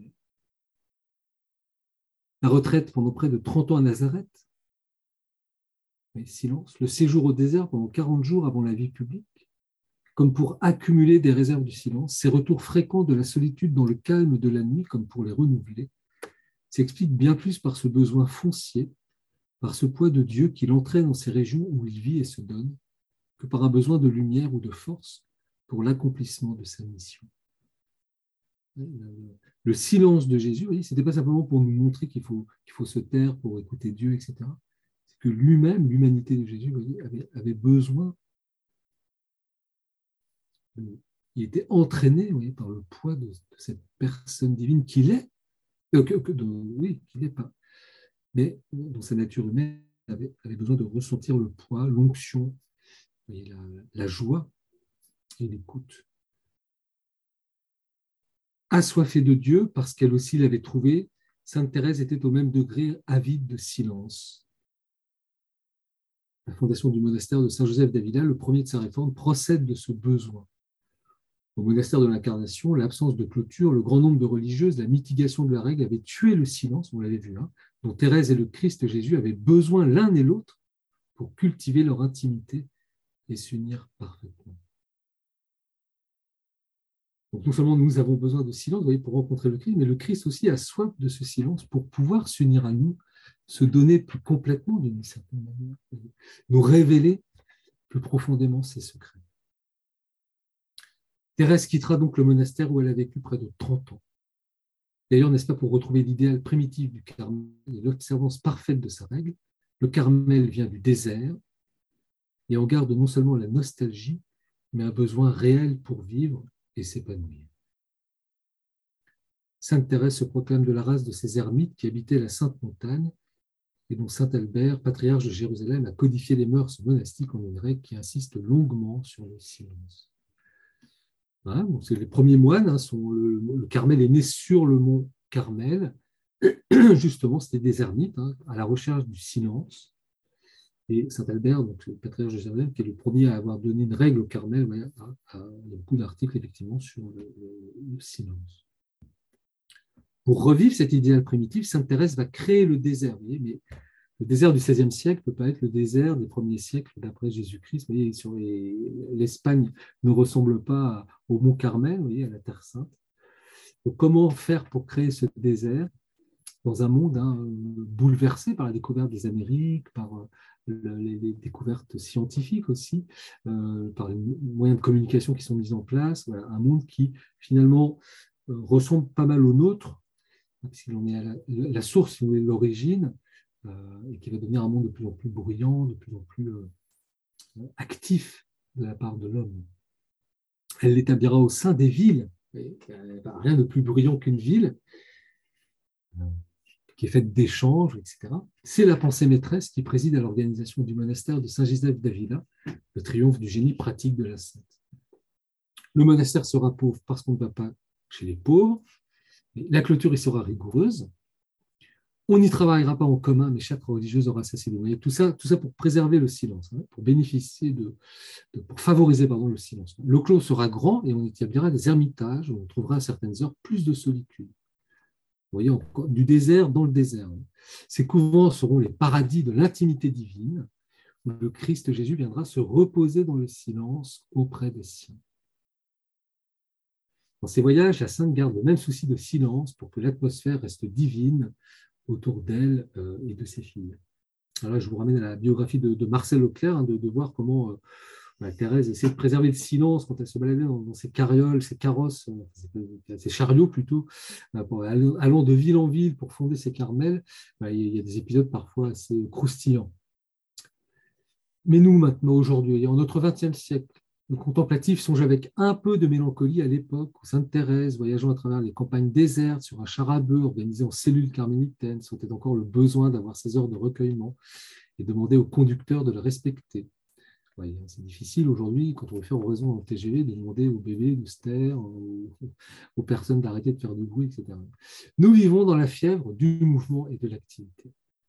La retraite pendant près de trente ans à Nazareth, mais silence. Le séjour au désert pendant quarante jours avant la vie publique, comme pour accumuler des réserves du silence. Ces retours fréquents de la solitude dans le calme de la nuit, comme pour les renouveler, s'expliquent bien plus par ce besoin foncier, par ce poids de Dieu qui l'entraîne dans ces régions où il vit et se donne, que par un besoin de lumière ou de force pour l'accomplissement de sa mission. Le silence de Jésus, ce n'était pas simplement pour nous montrer qu'il faut, qu'il faut se taire pour écouter Dieu, et cetera. C'est que lui-même, l'humanité de Jésus, voyez, avait, avait besoin, de, il était entraîné, voyez, par le poids de, de cette personne divine qu'il est, euh, que, que de, oui, qu'il n'est pas, mais dans sa nature humaine, avait, avait besoin de ressentir le poids, l'onction, voyez, la, la joie et l'écoute. Assoiffée de Dieu, parce qu'elle aussi l'avait trouvé, Sainte Thérèse était au même degré avide de silence. La fondation du monastère de Saint-Joseph d'Avila, le premier de sa réforme, procède de ce besoin. Au monastère de l'Incarnation, l'absence de clôture, le grand nombre de religieuses, la mitigation de la règle avaient tué le silence, on l'avait vu, hein, dont Thérèse et le Christ Jésus avaient besoin l'un et l'autre pour cultiver leur intimité et s'unir parfaitement. Donc non seulement nous avons besoin de silence, vous voyez, pour rencontrer le Christ, mais le Christ aussi a soif de ce silence pour pouvoir s'unir à nous, se donner plus complètement d'une certaine manière, nous révéler plus profondément ses secrets. Thérèse quittera donc le monastère où elle a vécu près de trente ans. D'ailleurs, n'est-ce pas, pour retrouver l'idéal primitif du Carmel et l'observance parfaite de sa règle, le Carmel vient du désert et en garde non seulement la nostalgie, mais un besoin réel pour vivre et s'épanouir. Sainte Thérèse se proclame de la race de ces ermites qui habitaient la Sainte Montagne et dont saint Albert, patriarche de Jérusalem, a codifié les mœurs monastiques en une règle qui insiste longuement sur le silence. Voilà, donc c'est les premiers moines, hein, sont, le, le Carmel est né sur le mont Carmel. Justement, c'était des ermites, hein, à la recherche du silence. Et saint Albert, donc le patriarche de Jérusalem, qui est le premier à avoir donné une règle au Carmel, ouais, a, a, il y a beaucoup d'articles effectivement sur le, le, le silence. Pour revivre cet idéal primitif, sainte Thérèse va créer le désert. Vous voyez, mais le désert du seizième siècle ne peut pas être le désert des premiers siècles d'après Jésus-Christ. Vous voyez, sur les, l'Espagne ne ressemble pas au mont Carmel, vous voyez, à la Terre Sainte. Donc, comment faire pour créer ce désert dans un monde, hein, bouleversé par la découverte des Amériques, par le, les, les découvertes scientifiques aussi, euh, par les moyens de communication qui sont mis en place, voilà, un monde qui finalement euh, ressemble pas mal au nôtre, puisqu'il en est à la, la source, si vous voulez, l'origine, euh, et qui va devenir un monde de plus en plus bruyant, de plus en plus euh, actif de la part de l'homme. Elle l'établira au sein des villes, et, euh, rien de plus bruyant qu'une ville, euh, qui est faite d'échanges, et cetera. C'est la pensée maîtresse qui préside à l'organisation du monastère de Saint-Gisèle d'Avila, le triomphe du génie pratique de la sainte. Le monastère sera pauvre parce qu'on ne va pas chez les pauvres, mais la clôture y sera rigoureuse. On n'y travaillera pas en commun, mais chaque religieuse aura sa cellule. Tout ça, tout ça pour préserver le silence, hein, pour bénéficier de, de pour favoriser pardon, le silence. Le clos sera grand et on établira des ermitages où on trouvera à certaines heures plus de solitude. Vous voyez, encore, du désert dans le désert. Ces couvents seront les paradis de l'intimité divine, où le Christ Jésus viendra se reposer dans le silence auprès des siens. Dans ces voyages, la Sainte garde le même souci de silence pour que l'atmosphère reste divine autour d'elle euh, et de ses filles. Alors là, je vous ramène à la biographie de, de Marcel Auclair, hein, de, de voir comment euh, bah, Thérèse essaie de préserver le silence quand elle se baladait dans, dans ses carrioles, ses carrosses, euh, ses chariots plutôt, euh, pour, allant de ville en ville pour fonder ses carmels. Bah, il y a des épisodes parfois assez croustillants. Mais nous, maintenant, aujourd'hui, en notre vingtième siècle, le contemplatif songe avec un peu de mélancolie à l'époque où sainte Thérèse, voyageant à travers les campagnes désertes sur un char à bœuf organisé en cellules carmélitaines, sentait encore le besoin d'avoir ses heures de recueillement et demandait au conducteur de le respecter. Ouais, c'est difficile aujourd'hui, quand on veut faire oraison en T G V, de demander aux bébés de se taire, aux, aux personnes d'arrêter de faire du bruit, et cetera. Nous vivons dans la fièvre du mouvement et de l'activité.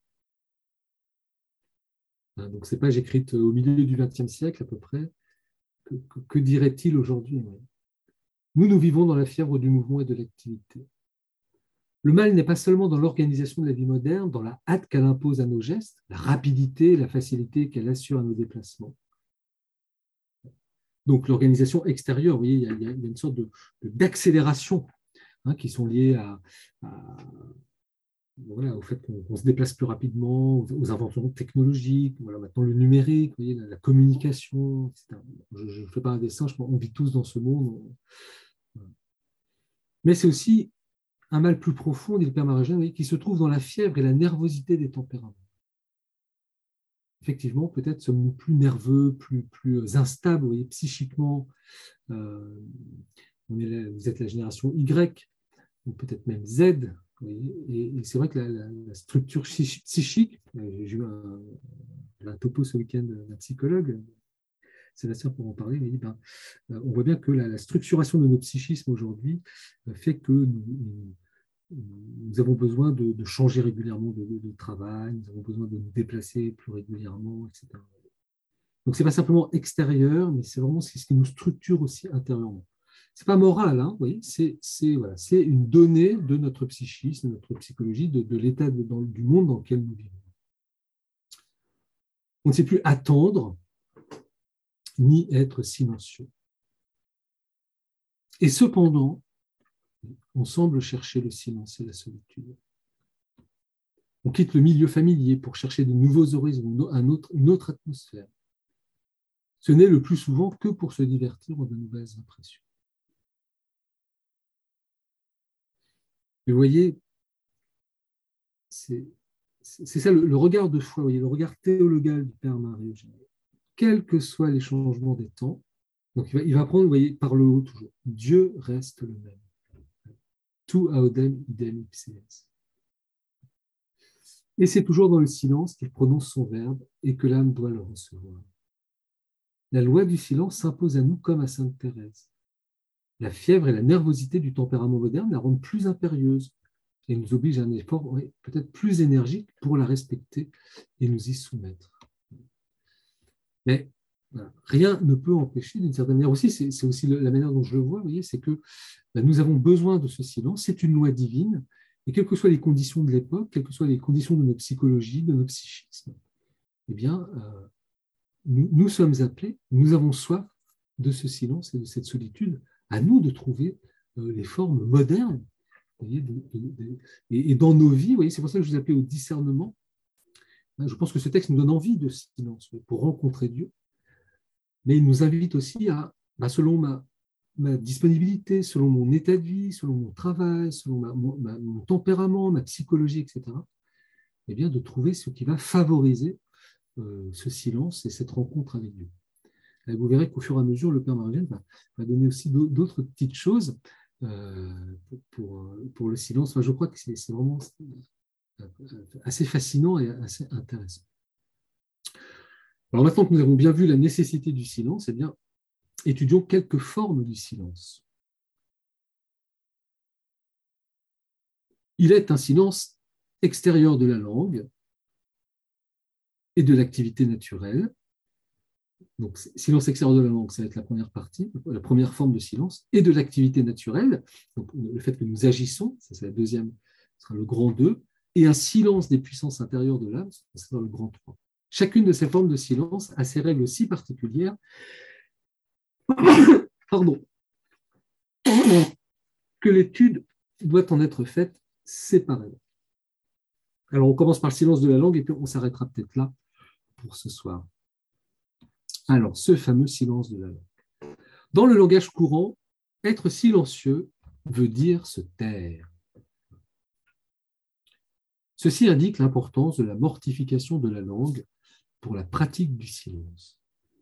Donc, ces pages écrites au milieu du vingtième siècle à peu près, que, que, que dirait-il aujourd'hui? Nous, nous vivons dans la fièvre du mouvement et de l'activité. Le mal n'est pas seulement dans l'organisation de la vie moderne, dans la hâte qu'elle impose à nos gestes, la rapidité, la facilité qu'elle assure à nos déplacements. Donc, l'organisation extérieure, vous voyez, il y a, il y a une sorte de, d'accélération, hein, qui sont liées à, à, voilà, au fait qu'on, qu'on se déplace plus rapidement, aux, aux inventions technologiques, voilà, maintenant le numérique, vous voyez, la, la communication, et cetera. Je ne fais pas un dessin, je pense qu'on vit tous dans ce monde. Voilà. Mais c'est aussi un mal plus profond, dit le père Maragène, vous voyez, qui se trouve dans la fièvre et la nervosité des tempéraments. Effectivement, peut-être sommes-nous plus nerveux, plus, plus instables, vous voyez, psychiquement. Euh, on est là, vous êtes la génération Y, ou peut-être même Z. Et, et c'est vrai que la, la, la structure psychique, j'ai eu un, un topo ce week-end d'un psychologue, Sébastien pour en parler, il dit, ben, on voit bien que la, la structuration de notre psychisme aujourd'hui fait que nous, nous, nous avons besoin de, de changer régulièrement de, de, de travail, nous avons besoin de nous déplacer plus régulièrement, et cetera. Donc, ce n'est pas simplement extérieur, mais c'est vraiment ce qui nous structure aussi intérieurement. c'est pas moral, hein, vous voyez, c'est, c'est, voilà, c'est une donnée de notre psychisme, de notre psychologie, de, de l'état de, dans, du monde dans lequel nous vivons. On ne sait plus attendre ni être silencieux. Et cependant, on semble chercher le silence et la solitude. On quitte le milieu familier pour chercher de nouveaux horizons, un autre, une autre atmosphère. Ce n'est le plus souvent que pour se divertir ou de nouvelles impressions. Mais vous voyez, c'est, c'est ça le, le regard de foi, vous voyez, le regard théologal du Père Marie-Eugène. Quels que soient les changements des temps, donc il va, il va prendre, vous voyez, par le haut toujours. Dieu reste le même. Tu audem idem ipse est. Et c'est toujours dans le silence qu'il prononce son verbe et que l'âme doit le recevoir. La loi du silence s'impose à nous comme à Sainte Thérèse. La fièvre et la nervosité du tempérament moderne la rendent plus impérieuse et nous obligent à un effort ouais, peut-être plus énergique pour la respecter et nous y soumettre. Mais voilà, rien ne peut empêcher, d'une certaine manière aussi, c'est, c'est aussi la manière dont je le vois, vous voyez, c'est que ben, nous avons besoin de ce silence, c'est une loi divine, et quelles que soient les conditions de l'époque, quelles que soient les conditions de notre psychologie, de notre psychisme, eh bien, euh, nous, nous sommes appelés, nous avons soif de ce silence et de cette solitude, à nous de trouver euh, les formes modernes. Vous voyez, de, de, de, et, et dans nos vies, vous voyez, c'est pour ça que je vous appelais au discernement. Je pense que ce texte nous donne envie de silence pour rencontrer Dieu, mais il nous invite aussi à, bah, selon ma, ma disponibilité, selon mon état de vie, selon mon travail, selon ma, mon, ma, mon tempérament, ma psychologie, et cetera, eh bien, de trouver ce qui va favoriser euh, ce silence et cette rencontre avec Dieu. Et vous verrez qu'au fur et à mesure, le Père Marie-Eugène va, va donner aussi d'autres petites choses euh, pour, pour, pour le silence. Enfin, je crois que c'est, c'est vraiment assez fascinant et assez intéressant. Alors maintenant que nous avons bien vu la nécessité du silence, eh bien, étudions quelques formes du silence. Il est un silence extérieur de la langue et de l'activité naturelle. Donc, silence extérieur de la langue, ça va être la première partie, la première forme de silence, et de l'activité naturelle, donc le fait que nous agissons, ça c'est la deuxième, ce sera le grand deux, et un silence des puissances intérieures de l'âme, ça sera le grand trois. Chacune de ces formes de silence a ses règles si particulières pardon, que l'étude doit en être faite séparément. Alors, on commence par le silence de la langue et puis on s'arrêtera peut-être là pour ce soir. Alors, ce fameux silence de la langue. Dans le langage courant, être silencieux veut dire se taire. Ceci indique l'importance de la mortification de la langue pour la pratique du silence.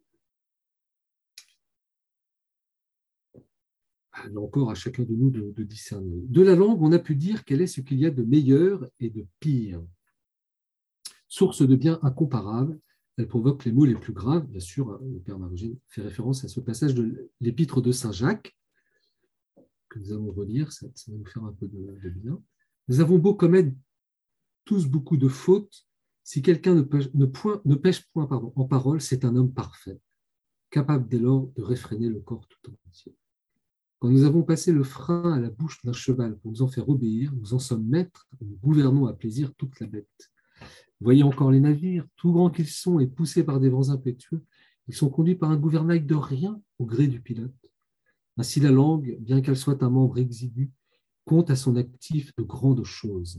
Là encore, à chacun de nous de, de discerner. De la langue, on a pu dire quel est ce qu'il y a de meilleur et de pire. Source de biens incomparables, elle provoque les maux les plus graves. Bien sûr, le Père Marie-Eugène fait référence à ce passage de l'épître de Saint Jacques, que nous allons relire, ça, ça va nous faire un peu de, de bien. Nous avons beau commettre tous beaucoup de fautes, si quelqu'un ne pêche, ne point, ne pêche point pardon, en parole, c'est un homme parfait, capable dès lors de réfréner le corps tout entier. Quand nous avons passé le frein à la bouche d'un cheval pour nous en faire obéir, nous en sommes maîtres et nous gouvernons à plaisir toute la bête. Voyez encore les navires, tout grands qu'ils sont et poussés par des vents impétueux, ils sont conduits par un gouvernail de rien au gré du pilote. Ainsi la langue, bien qu'elle soit un membre exigu, compte à son actif de grandes choses.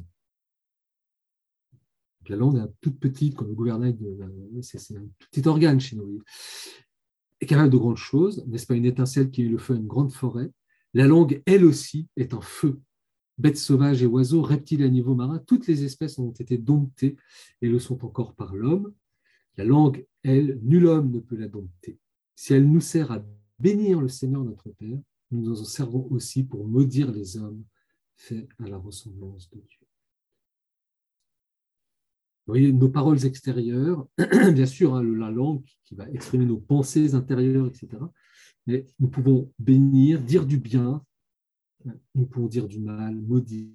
La langue est toute petite, comme le gouvernail, de, c'est, c'est un petit organe chez nous. Est capable de grandes choses, n'est-ce pas une étincelle qui met le feu à une grande forêt? La langue, elle aussi, est un feu. Bêtes sauvages et oiseaux, reptiles et animaux marins, toutes les espèces ont été domptées et le sont encore par l'homme. La langue, elle, nul homme ne peut la dompter. Si elle nous sert à bénir le Seigneur notre Père, nous nous en servons aussi pour maudire les hommes faits à la ressemblance de Dieu. Vous voyez, nos paroles extérieures, bien sûr, hein, la langue qui va exprimer nos pensées intérieures, et cetera. Mais nous pouvons bénir, dire du bien, nous pouvons dire du mal, maudire.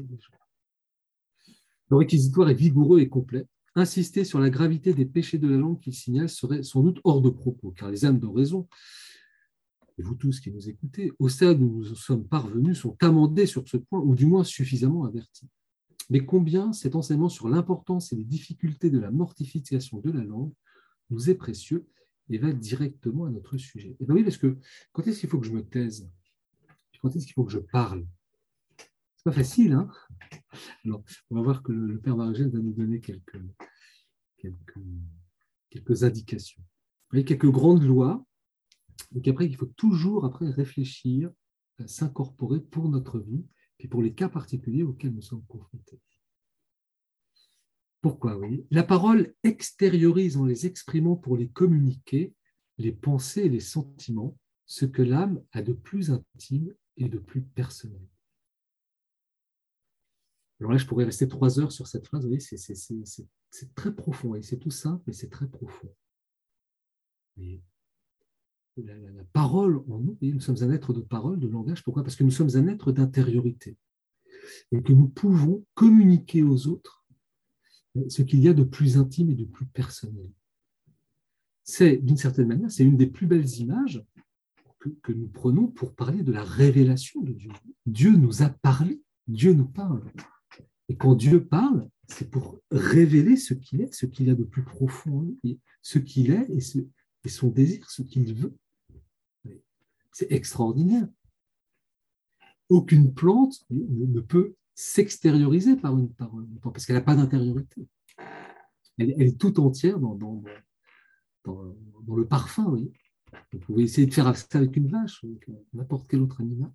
Le réquisitoire est vigoureux et complet. Insister sur la gravité des péchés de la langue qu'il signale serait sans doute hors de propos, car les âmes d'oraison et vous tous qui nous écoutez, au stade où nous sommes parvenus, sont amendés sur ce point, ou du moins suffisamment avertis. Mais combien cet enseignement sur l'importance et les difficultés de la mortification de la langue nous est précieux et va directement à notre sujet. Et bien oui, parce que quand est-ce qu'il faut que je me taise? Quand est-ce qu'il faut que je parle? C'est pas facile, hein? Alors, on va voir que le, le Père Vargel va nous donner quelques, quelques, quelques indications. Vous voyez, quelques grandes lois. Donc après, il faut toujours après réfléchir, s'incorporer pour notre vie, puis pour les cas particuliers auxquels nous sommes confrontés. Pourquoi? Oui. La parole extériorise en les exprimant pour les communiquer, les pensées et les sentiments, ce que l'âme a de plus intime et de plus personnel. Alors là, je pourrais rester trois heures sur cette phrase. Vous voyez, c'est, c'est, c'est, c'est, c'est très profond. C'est tout simple, mais c'est très profond. Et la, la, la parole en nous, nous sommes un être de parole, de langage. Pourquoi? Parce que nous sommes un être d'intériorité et que nous pouvons communiquer aux autres ce qu'il y a de plus intime et de plus personnel. C'est, d'une certaine manière, c'est une des plus belles images que, que nous prenons pour parler de la révélation de Dieu. Dieu nous a parlé, Dieu nous parle. Et quand Dieu parle, c'est pour révéler ce qu'il est, ce qu'il y a de plus profond, ce qu'il est et, ce, et son désir, ce qu'il veut. C'est extraordinaire. Aucune plante ne peut s'extérioriser par une parole, parce qu'elle n'a pas d'intériorité. Elle, elle est tout entière dans, dans, dans, dans le parfum. Oui. Vous pouvez essayer de faire ça avec une vache, avec n'importe quel autre animal.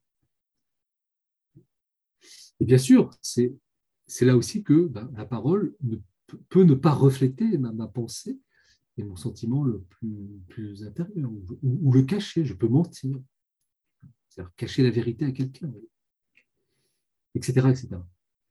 Et bien sûr, c'est, c'est là aussi que ben, la parole ne, peut ne pas refléter ma, ma pensée et mon sentiment le plus, plus intérieur, ou, ou, ou le cacher. Je peux mentir, c'est-à-dire cacher la vérité à quelqu'un, oui. et cetera, et cetera.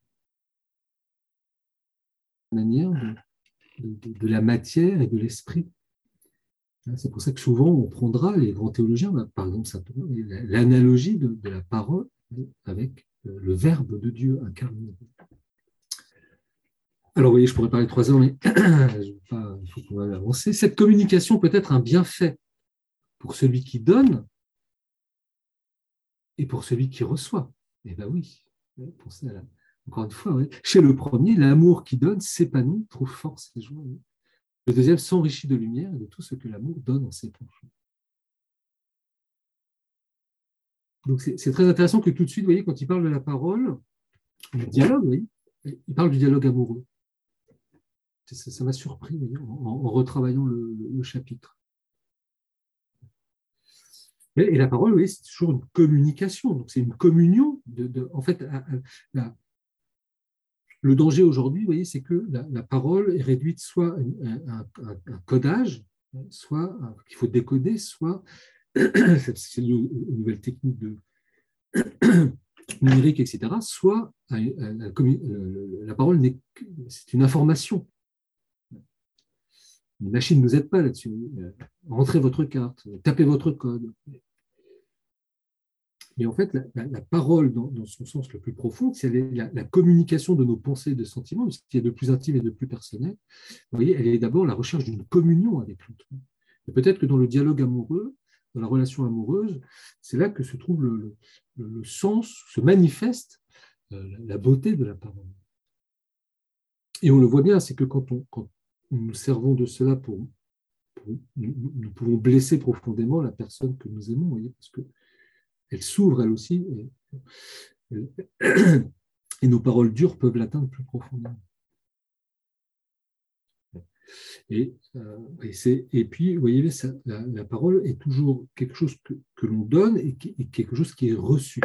Manière de, de, de la matière et de l'esprit. C'est pour ça que souvent on prendra, les grands théologiens, par exemple simplement, l'analogie de, de la parole avec le Verbe de Dieu incarné. Alors, vous voyez, je pourrais parler trois heures, mais il faut qu'on va avancer. Cette communication peut être un bienfait pour celui qui donne et pour celui qui reçoit. Eh bien oui, pensez à la... encore une fois, oui. Chez le premier, l'amour qui donne s'épanouit, trouve force et joie. Oui. Le deuxième s'enrichit de lumière et de tout ce que l'amour donne en s'épanchant. Donc c'est, c'est très intéressant que tout de suite, vous voyez, quand il parle de la parole, le dialogue, oui, il parle du dialogue amoureux. Ça, ça m'a surpris, voyez, en, en retravaillant le, le, le chapitre. Et, et la parole, oui, c'est toujours une communication. Donc c'est une communion. De, de, en fait, la, la, le danger aujourd'hui, vous voyez, c'est que la, la parole est réduite soit à un, un, un codage, soit un, qu'il faut décoder, soit c'est lié aux nouvelles techniques de numérique, et cetera, soit à, à, à, la parole, n'est, c'est une information. Les machines ne nous aident pas là-dessus. Rentrez votre carte, tapez votre code. Mais en fait, la, la, la parole, dans, dans son sens le plus profond, c'est la, la communication de nos pensées et de sentiments, ce qui est de plus intime et de plus personnel. Vous voyez, elle est d'abord la recherche d'une communion avec l'autre. Et peut-être que dans le dialogue amoureux, dans la relation amoureuse, c'est là que se trouve le, le, le sens, se manifeste euh, la beauté de la parole. Et on le voit bien, c'est que quand, on, quand nous servons de cela pour, pour nous, nous pouvons blesser profondément la personne que nous aimons, vous voyez, parce que elle s'ouvre elle aussi, et, et nos paroles dures peuvent l'atteindre plus profondément. Et, euh, et, c'est, et puis, vous voyez, ça, la, la parole est toujours quelque chose que, que l'on donne et, qui, et quelque chose qui est reçu.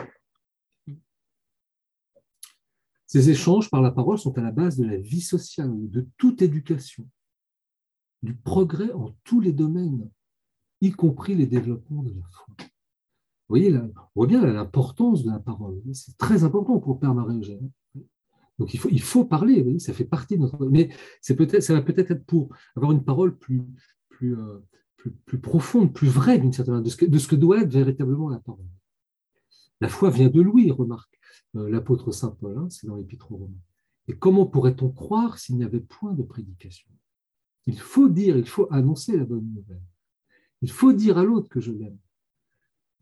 Ces échanges par la parole sont à la base de la vie sociale, de toute éducation, du progrès en tous les domaines, y compris les développements de la foi. Vous voyez, là, on voit bien l'importance de la parole. C'est très important pour Père Marie-Eugène. Donc il faut, il faut parler, vous voyez, ça fait partie de notre... Mais c'est peut-être, ça va peut-être être pour avoir une parole plus, plus, euh, plus, plus profonde, plus vraie d'une certaine manière, de ce, que, de ce que doit être véritablement la parole. La foi vient de lui, remarque euh, l'apôtre Saint Paul, hein, c'est dans l'Épître aux Romains. Et comment pourrait-on croire s'il n'y avait point de prédication? Il faut dire, il faut annoncer la bonne nouvelle. Il faut dire à l'autre que je l'aime.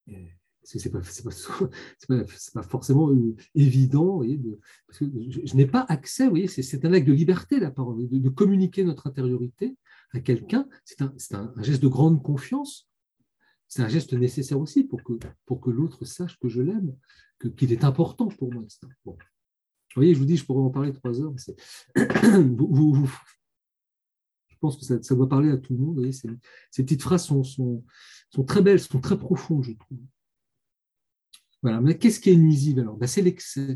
Ce n'est pas, c'est pas, c'est pas, c'est pas forcément euh, évident, vous voyez, de, parce que je, je n'ai pas accès, vous voyez, c'est, c'est un acte de liberté, la parole, de, de communiquer notre intériorité à quelqu'un. C'est, un, c'est un, un geste de grande confiance. C'est un geste nécessaire aussi pour que, pour que l'autre sache que je l'aime, que, qu'il est important pour moi. Bon. Vous voyez, je vous dis, je pourrais en parler trois heures, mais c'est... vous, vous, vous, je pense que ça, ça doit parler à tout le monde. Vous voyez, ces, ces petites phrases sont, sont, sont très belles, sont très profondes, je trouve. Voilà. Mais qu'est-ce qui est nuisible alors? Ben, c'est l'excès.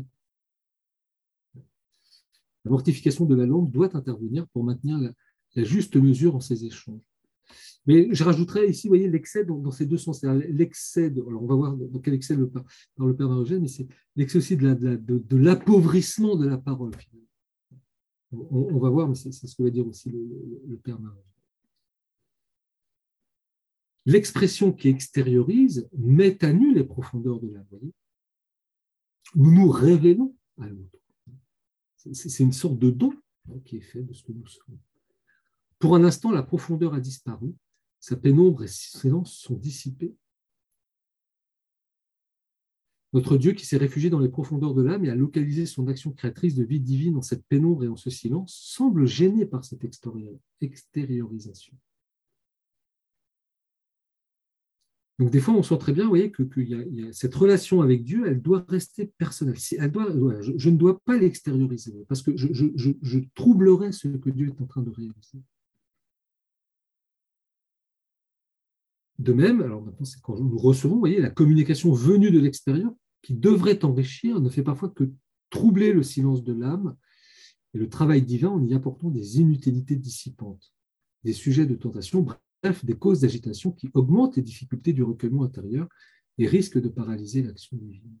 La mortification de la langue doit intervenir pour maintenir la, la juste mesure en ces échanges. Mais je rajouterais ici, vous voyez, l'excès dans, dans ces deux sens. L'excès, de, alors on va voir dans quel excès le, dans le Père Marogène, mais c'est l'excès aussi de, la, de, la, de, de l'appauvrissement de la parole. On, on va voir, mais c'est, c'est ce que va dire aussi le, le, le Père Marogène. L'expression qui extériorise met à nu les profondeurs de l'âme. Nous nous révélons à l'autre. C'est, c'est une sorte de don qui est fait de ce que nous sommes. Pour un instant, la profondeur a disparu. Sa pénombre et ses silences sont dissipés. Notre Dieu qui s'est réfugié dans les profondeurs de l'âme et a localisé son action créatrice de vie divine en cette pénombre et en ce silence semble gêné par cette extériorisation. Donc des fois, on sent très bien, vous voyez, que, que y a, y a cette relation avec Dieu, elle doit rester personnelle. Elle doit, voilà, je, je ne dois pas l'extérioriser parce que je, je, je, je troublerais ce que Dieu est en train de réaliser. De même, alors maintenant, c'est quand nous recevons, vous voyez, la communication venue de l'extérieur, qui devrait enrichir, ne fait parfois que troubler le silence de l'âme et le travail divin en y apportant des inutilités dissipantes, des sujets de tentation, bref, des causes d'agitation qui augmentent les difficultés du recueillement intérieur et risquent de paralyser l'action divine.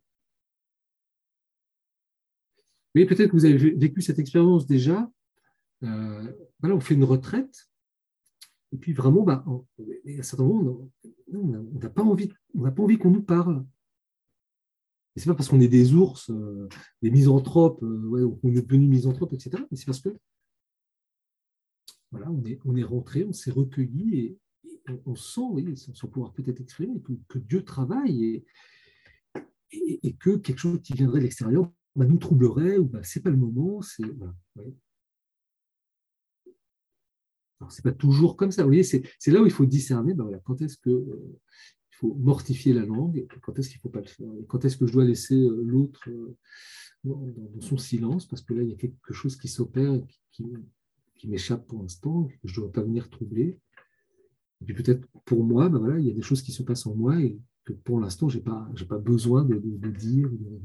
Mais peut-être que vous avez vécu cette expérience déjà. Euh, voilà, on fait une retraite. Et puis vraiment, bah, on, à un certain moment, on n'a pas envie, on n'a pas envie qu'on nous parle. Et c'est pas parce qu'on est des ours, euh, des misanthropes, euh, ouais, on est devenu misanthrope, et cetera. Mais c'est parce que voilà, on est, on est rentré, on s'est recueilli et, et on, on sent, oui, sans pouvoir peut-être exprimer, que, que Dieu travaille et, et, et, que quelque chose qui viendrait de l'extérieur bah, nous troublerait ou bah, c'est pas le moment. C'est voilà, ouais. Alors, c'est pas toujours comme ça. Vous voyez, c'est, c'est là où il faut discerner. Ben voilà, quand est-ce que euh, il faut mortifier la langue et quand est-ce qu'il ne faut pas le faire. Et quand est-ce que je dois laisser euh, l'autre euh, dans, dans son silence parce que là il y a quelque chose qui s'opère qui, qui, qui m'échappe pour l'instant, que je ne dois pas venir troubler. Et puis peut-être pour moi, ben voilà, il y a des choses qui se passent en moi et que pour l'instant je n'ai pas, j'ai pas besoin de, de, de dire. De,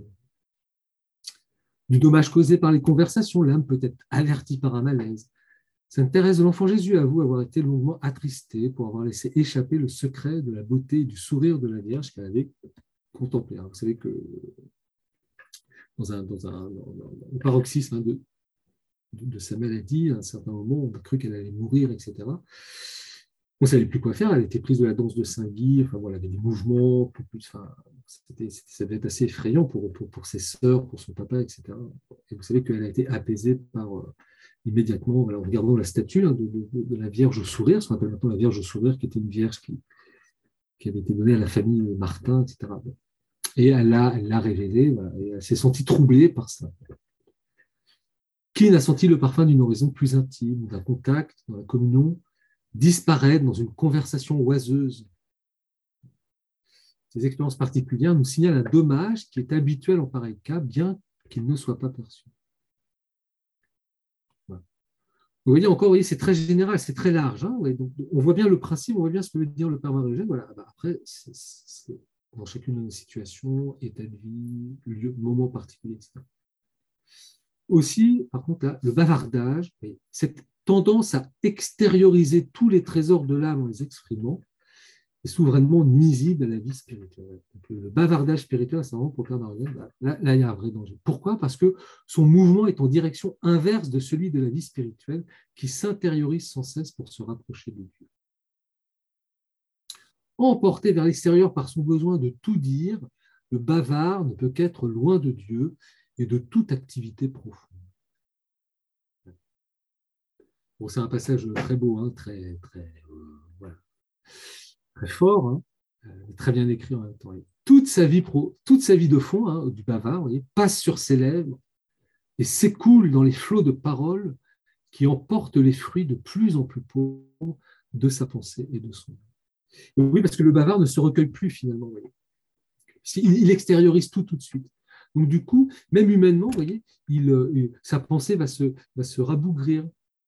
du dommage causé par les conversations, l'âme peut être avertie par un malaise. Sainte Thérèse de l'Enfant Jésus avoue avoir été longuement attristée pour avoir laissé échapper le secret de la beauté et du sourire de la Vierge qu'elle avait contemplé. Alors, vous savez que dans un, dans un, dans un paroxysme hein, de, de, de sa maladie, à un certain moment, on a cru qu'elle allait mourir, et cetera. On ne savait plus quoi faire. Elle était prise de la danse de Saint-Guy. Enfin, voilà, il y avait des mouvements. Plus, plus, enfin, c'était, c'était, ça devait être assez effrayant pour, pour, pour ses sœurs, pour son papa, et cetera. Et vous savez qu'elle a été apaisée par... Euh, immédiatement, voilà, en regardant la statue hein, de, de, de la Vierge au sourire, ce qu'on appelle maintenant la Vierge au sourire, qui était une Vierge qui, qui avait été donnée à la famille Martin, et cetera. Et elle l'a, elle l'a révélée, voilà, et elle s'est sentie troublée par ça. Qui n'a senti le parfum d'une oraison plus intime, d'un contact, dans la communion, disparaître dans une conversation oiseuse? Ces expériences particulières nous signalent un dommage qui est habituel en pareil cas, bien qu'il ne soit pas perçu. Vous voyez encore, vous voyez, c'est très général, c'est très large. Hein, ouais, donc, on voit bien le principe, on voit bien ce que veut dire le Père Marogène. Voilà. Bah, après, c'est, c'est dans chacune de nos situations, état de vie, lieu, moment particulier, et cetera. Aussi, par contre, là, le bavardage, cette tendance à extérioriser tous les trésors de l'âme en les exprimant, est souverainement nuisible à la vie spirituelle. Donc, le bavardage spirituel, c'est vraiment pour le Père Marogène, bah, là, là, il y a un vrai danger. Pourquoi? Parce que son mouvement est en direction inverse de celui de la vie spirituelle qui s'intériorise sans cesse pour se rapprocher de Dieu. Emporté vers l'extérieur par son besoin de tout dire, le bavard ne peut qu'être loin de Dieu et de toute activité profonde. Bon, c'est un passage très beau, hein, très, très, euh, voilà, très fort, hein. euh, très bien écrit en même temps. Toute sa vie, pro, toute sa vie de fond, hein, du bavard, vous voyez, passe sur ses lèvres et s'écoule dans les flots de paroles qui emportent les fruits de plus en plus pauvres de sa pensée et de son. Et oui, parce que le bavard ne se recueille plus finalement. Vous voyez. Il, il extériorise tout tout de suite. Donc du coup, même humainement, vous voyez, il, il, sa pensée va se, va se rabougrir.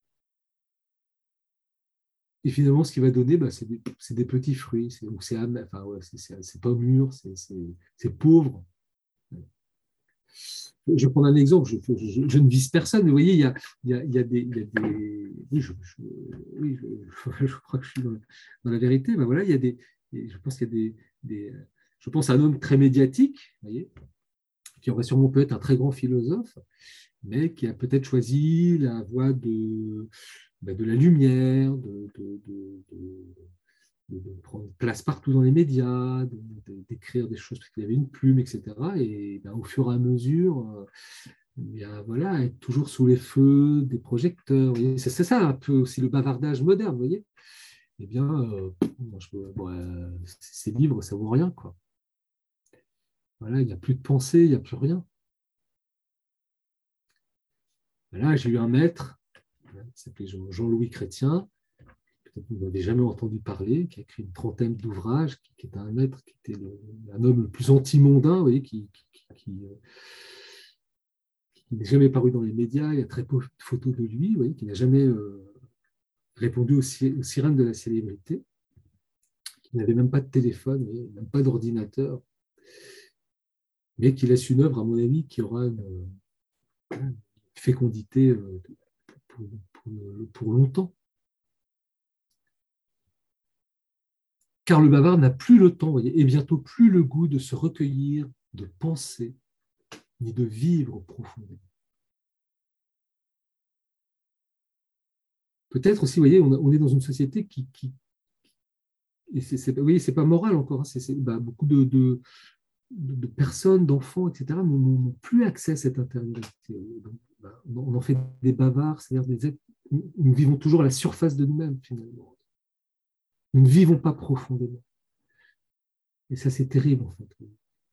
Et finalement, ce qu'il va donner, bah, c'est des, des petits fruits, c'est enfin, ouais, pas mûr, c'est pauvre. Je vais prendre un exemple, je, je, je ne vise personne, mais vous voyez, il y a, il y a, il y a des... Il y a des oui, je, je, oui je, je, crois que je suis dans, dans la vérité, ben voilà, il y a des... Je pense qu'il y a des, des... Je pense à un homme très médiatique, vous voyez, qui aurait sûrement pu être un très grand philosophe, mais qui a peut-être choisi la voie de, ben de la lumière, de, de, de, de, de prendre place partout dans les médias, d'écrire des choses parce qu'il avait une plume, et cetera. Et ben, au fur et à mesure, bien, voilà, être toujours sous les feux des projecteurs. C'est ça un peu aussi le bavardage moderne, vous voyez. Eh bien, euh, bon, euh, ces livres, ça vaut rien, quoi. Voilà, il n'y a plus de pensée, il n'y a plus rien. Là, j'ai eu un maître, qui s'appelait Jean-Louis Chrétien, peut-être que vous n'avez jamais entendu parler, qui a écrit une trentaine d'ouvrages, qui, qui était un maître, qui était le, un homme le plus anti-mondain, vous voyez, qui, qui, qui, qui n'est jamais paru dans les médias, il y a très peu de photos de lui, vous voyez, qui n'a jamais euh, répondu aux, aux sirènes de la célébrité, qui n'avait même pas de téléphone, même pas d'ordinateur, mais qui laisse une œuvre, à mon avis, qui aura une, une fécondité euh, pour, pour, pour longtemps. Car le bavard n'a plus le temps, voyez, et bientôt plus le goût de se recueillir, de penser, ni de vivre profondément. Peut-être aussi, vous voyez, on, a, on est dans une société qui, qui et c'est, c'est, vous voyez, c'est pas moral encore, hein, c'est, c'est, bah, beaucoup de, de, de personnes, d'enfants, et cetera, n'ont plus accès à cette intériorité. Donc, bah, on en fait des bavards, c'est-à-dire des êtres, nous vivons toujours à la surface de nous-mêmes, finalement. Nous ne vivons pas profondément. Et ça, c'est terrible, en fait.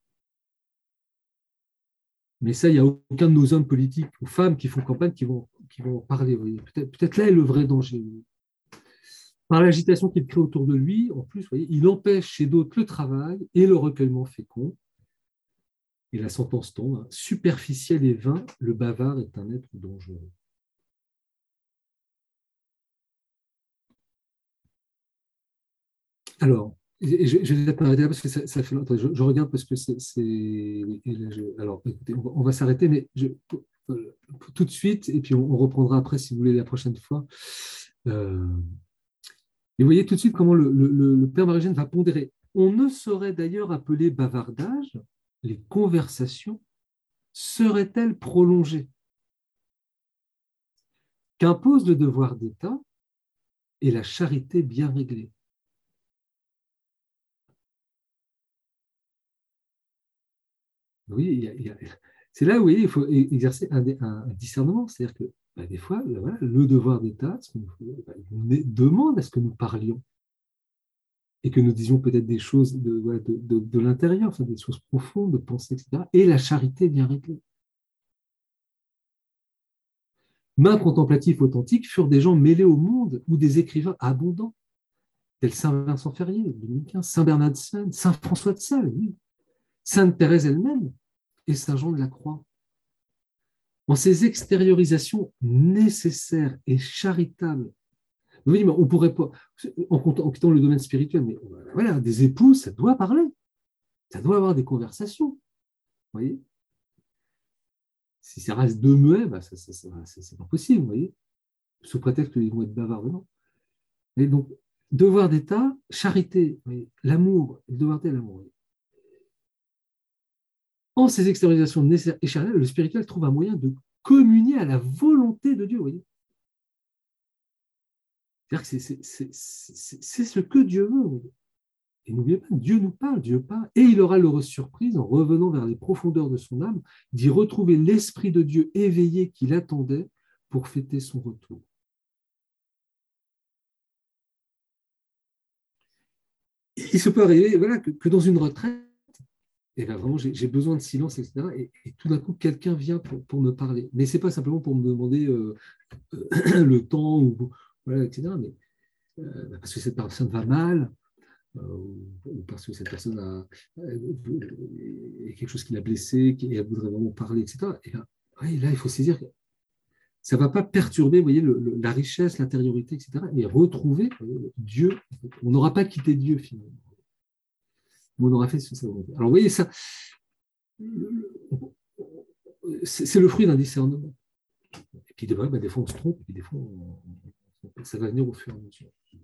Mais ça, il n'y a aucun de nos hommes politiques ou femmes qui font campagne qui vont, qui vont en parler. Peut-être, peut-être là est le vrai danger. Par l'agitation qu'il crée autour de lui, en plus, voyez, il empêche chez d'autres le travail et le recueillement fécond. Et la sentence tombe, superficiel et vain, le bavard est un être dangereux. Alors, je, je vais m'arrêter là parce que ça, ça fait longtemps. Je, je regarde parce que c'est. Alors, écoutez, on va, on va s'arrêter, mais je, euh, tout de suite, et puis on, on reprendra après si vous voulez la prochaine fois. Euh, mais vous voyez tout de suite comment le, le, le père Marigène va pondérer. On ne saurait d'ailleurs appeler bavardage les conversations seraient-elles prolongées qu'impose le devoir d'État et la charité bien réglée. Oui, il y a, il y a, c'est là où il faut exercer un, un, un discernement, c'est-à-dire que bah, des fois, voilà, le devoir d'État bah, demande à ce que nous parlions et que nous disions peut-être des choses de, de, de, de l'intérieur, enfin, des choses profondes, de pensée, et cetera. Et la charité bien réglée. Mains contemplatifs authentiques furent des gens mêlés au monde ou des écrivains abondants, tels Saint Vincent Ferrier, dominicain, Saint Bernard de Sienne, Saint François de Sales, oui, Sainte Thérèse elle-même et Saint Jean de la Croix. En ces extériorisations nécessaires et charitables, oui, mais on pourrait pas, en, en quittant le domaine spirituel, mais voilà, des époux, ça doit parler, ça doit avoir des conversations, vous voyez. Si ça reste deux muets, bah, ça, ça, ça, c'est pas possible, vous voyez, sous prétexte qu'ils vont être bavards, non. Et donc, devoir d'État, charité, l'amour, le devoir d'État, l'amour. En ces extériorisations nécessaires et charitables, le spirituel trouve un moyen de communier à la volonté de Dieu, vous voyez. C'est-à-dire que c'est, c'est, c'est, c'est ce que Dieu veut. Vous voyez. Et n'oubliez pas, Dieu nous parle, Dieu parle, et il aura l'heureuse surprise, en revenant vers les profondeurs de son âme, d'y retrouver l'Esprit de Dieu éveillé qu'il attendait pour fêter son retour. il se peut arriver voilà, que, que dans une retraite, et là vraiment j'ai besoin de silence, et cetera. Et, et tout d'un coup, quelqu'un vient pour, pour, me parler. Mais ce n'est pas simplement pour me demander euh, euh, le temps, ou, voilà, et cetera. Mais euh, parce que cette personne va mal, euh, ou parce que cette personne a, a quelque chose qui l'a blessé, et elle voudrait vraiment parler, et cetera. Et là, ouais, là il faut saisir que ça ne va pas perturber, vous voyez, le, le, la richesse, l'intériorité, et cetera. Et retrouver euh, Dieu. On n'aura pas quitté Dieu finalement. On aura fait ce que ça. Alors vous voyez ça, c'est le fruit d'un discernement. Et puis des fois, bah, des fois on se trompe, et puis des fois on, ça va venir au fur et à mesure.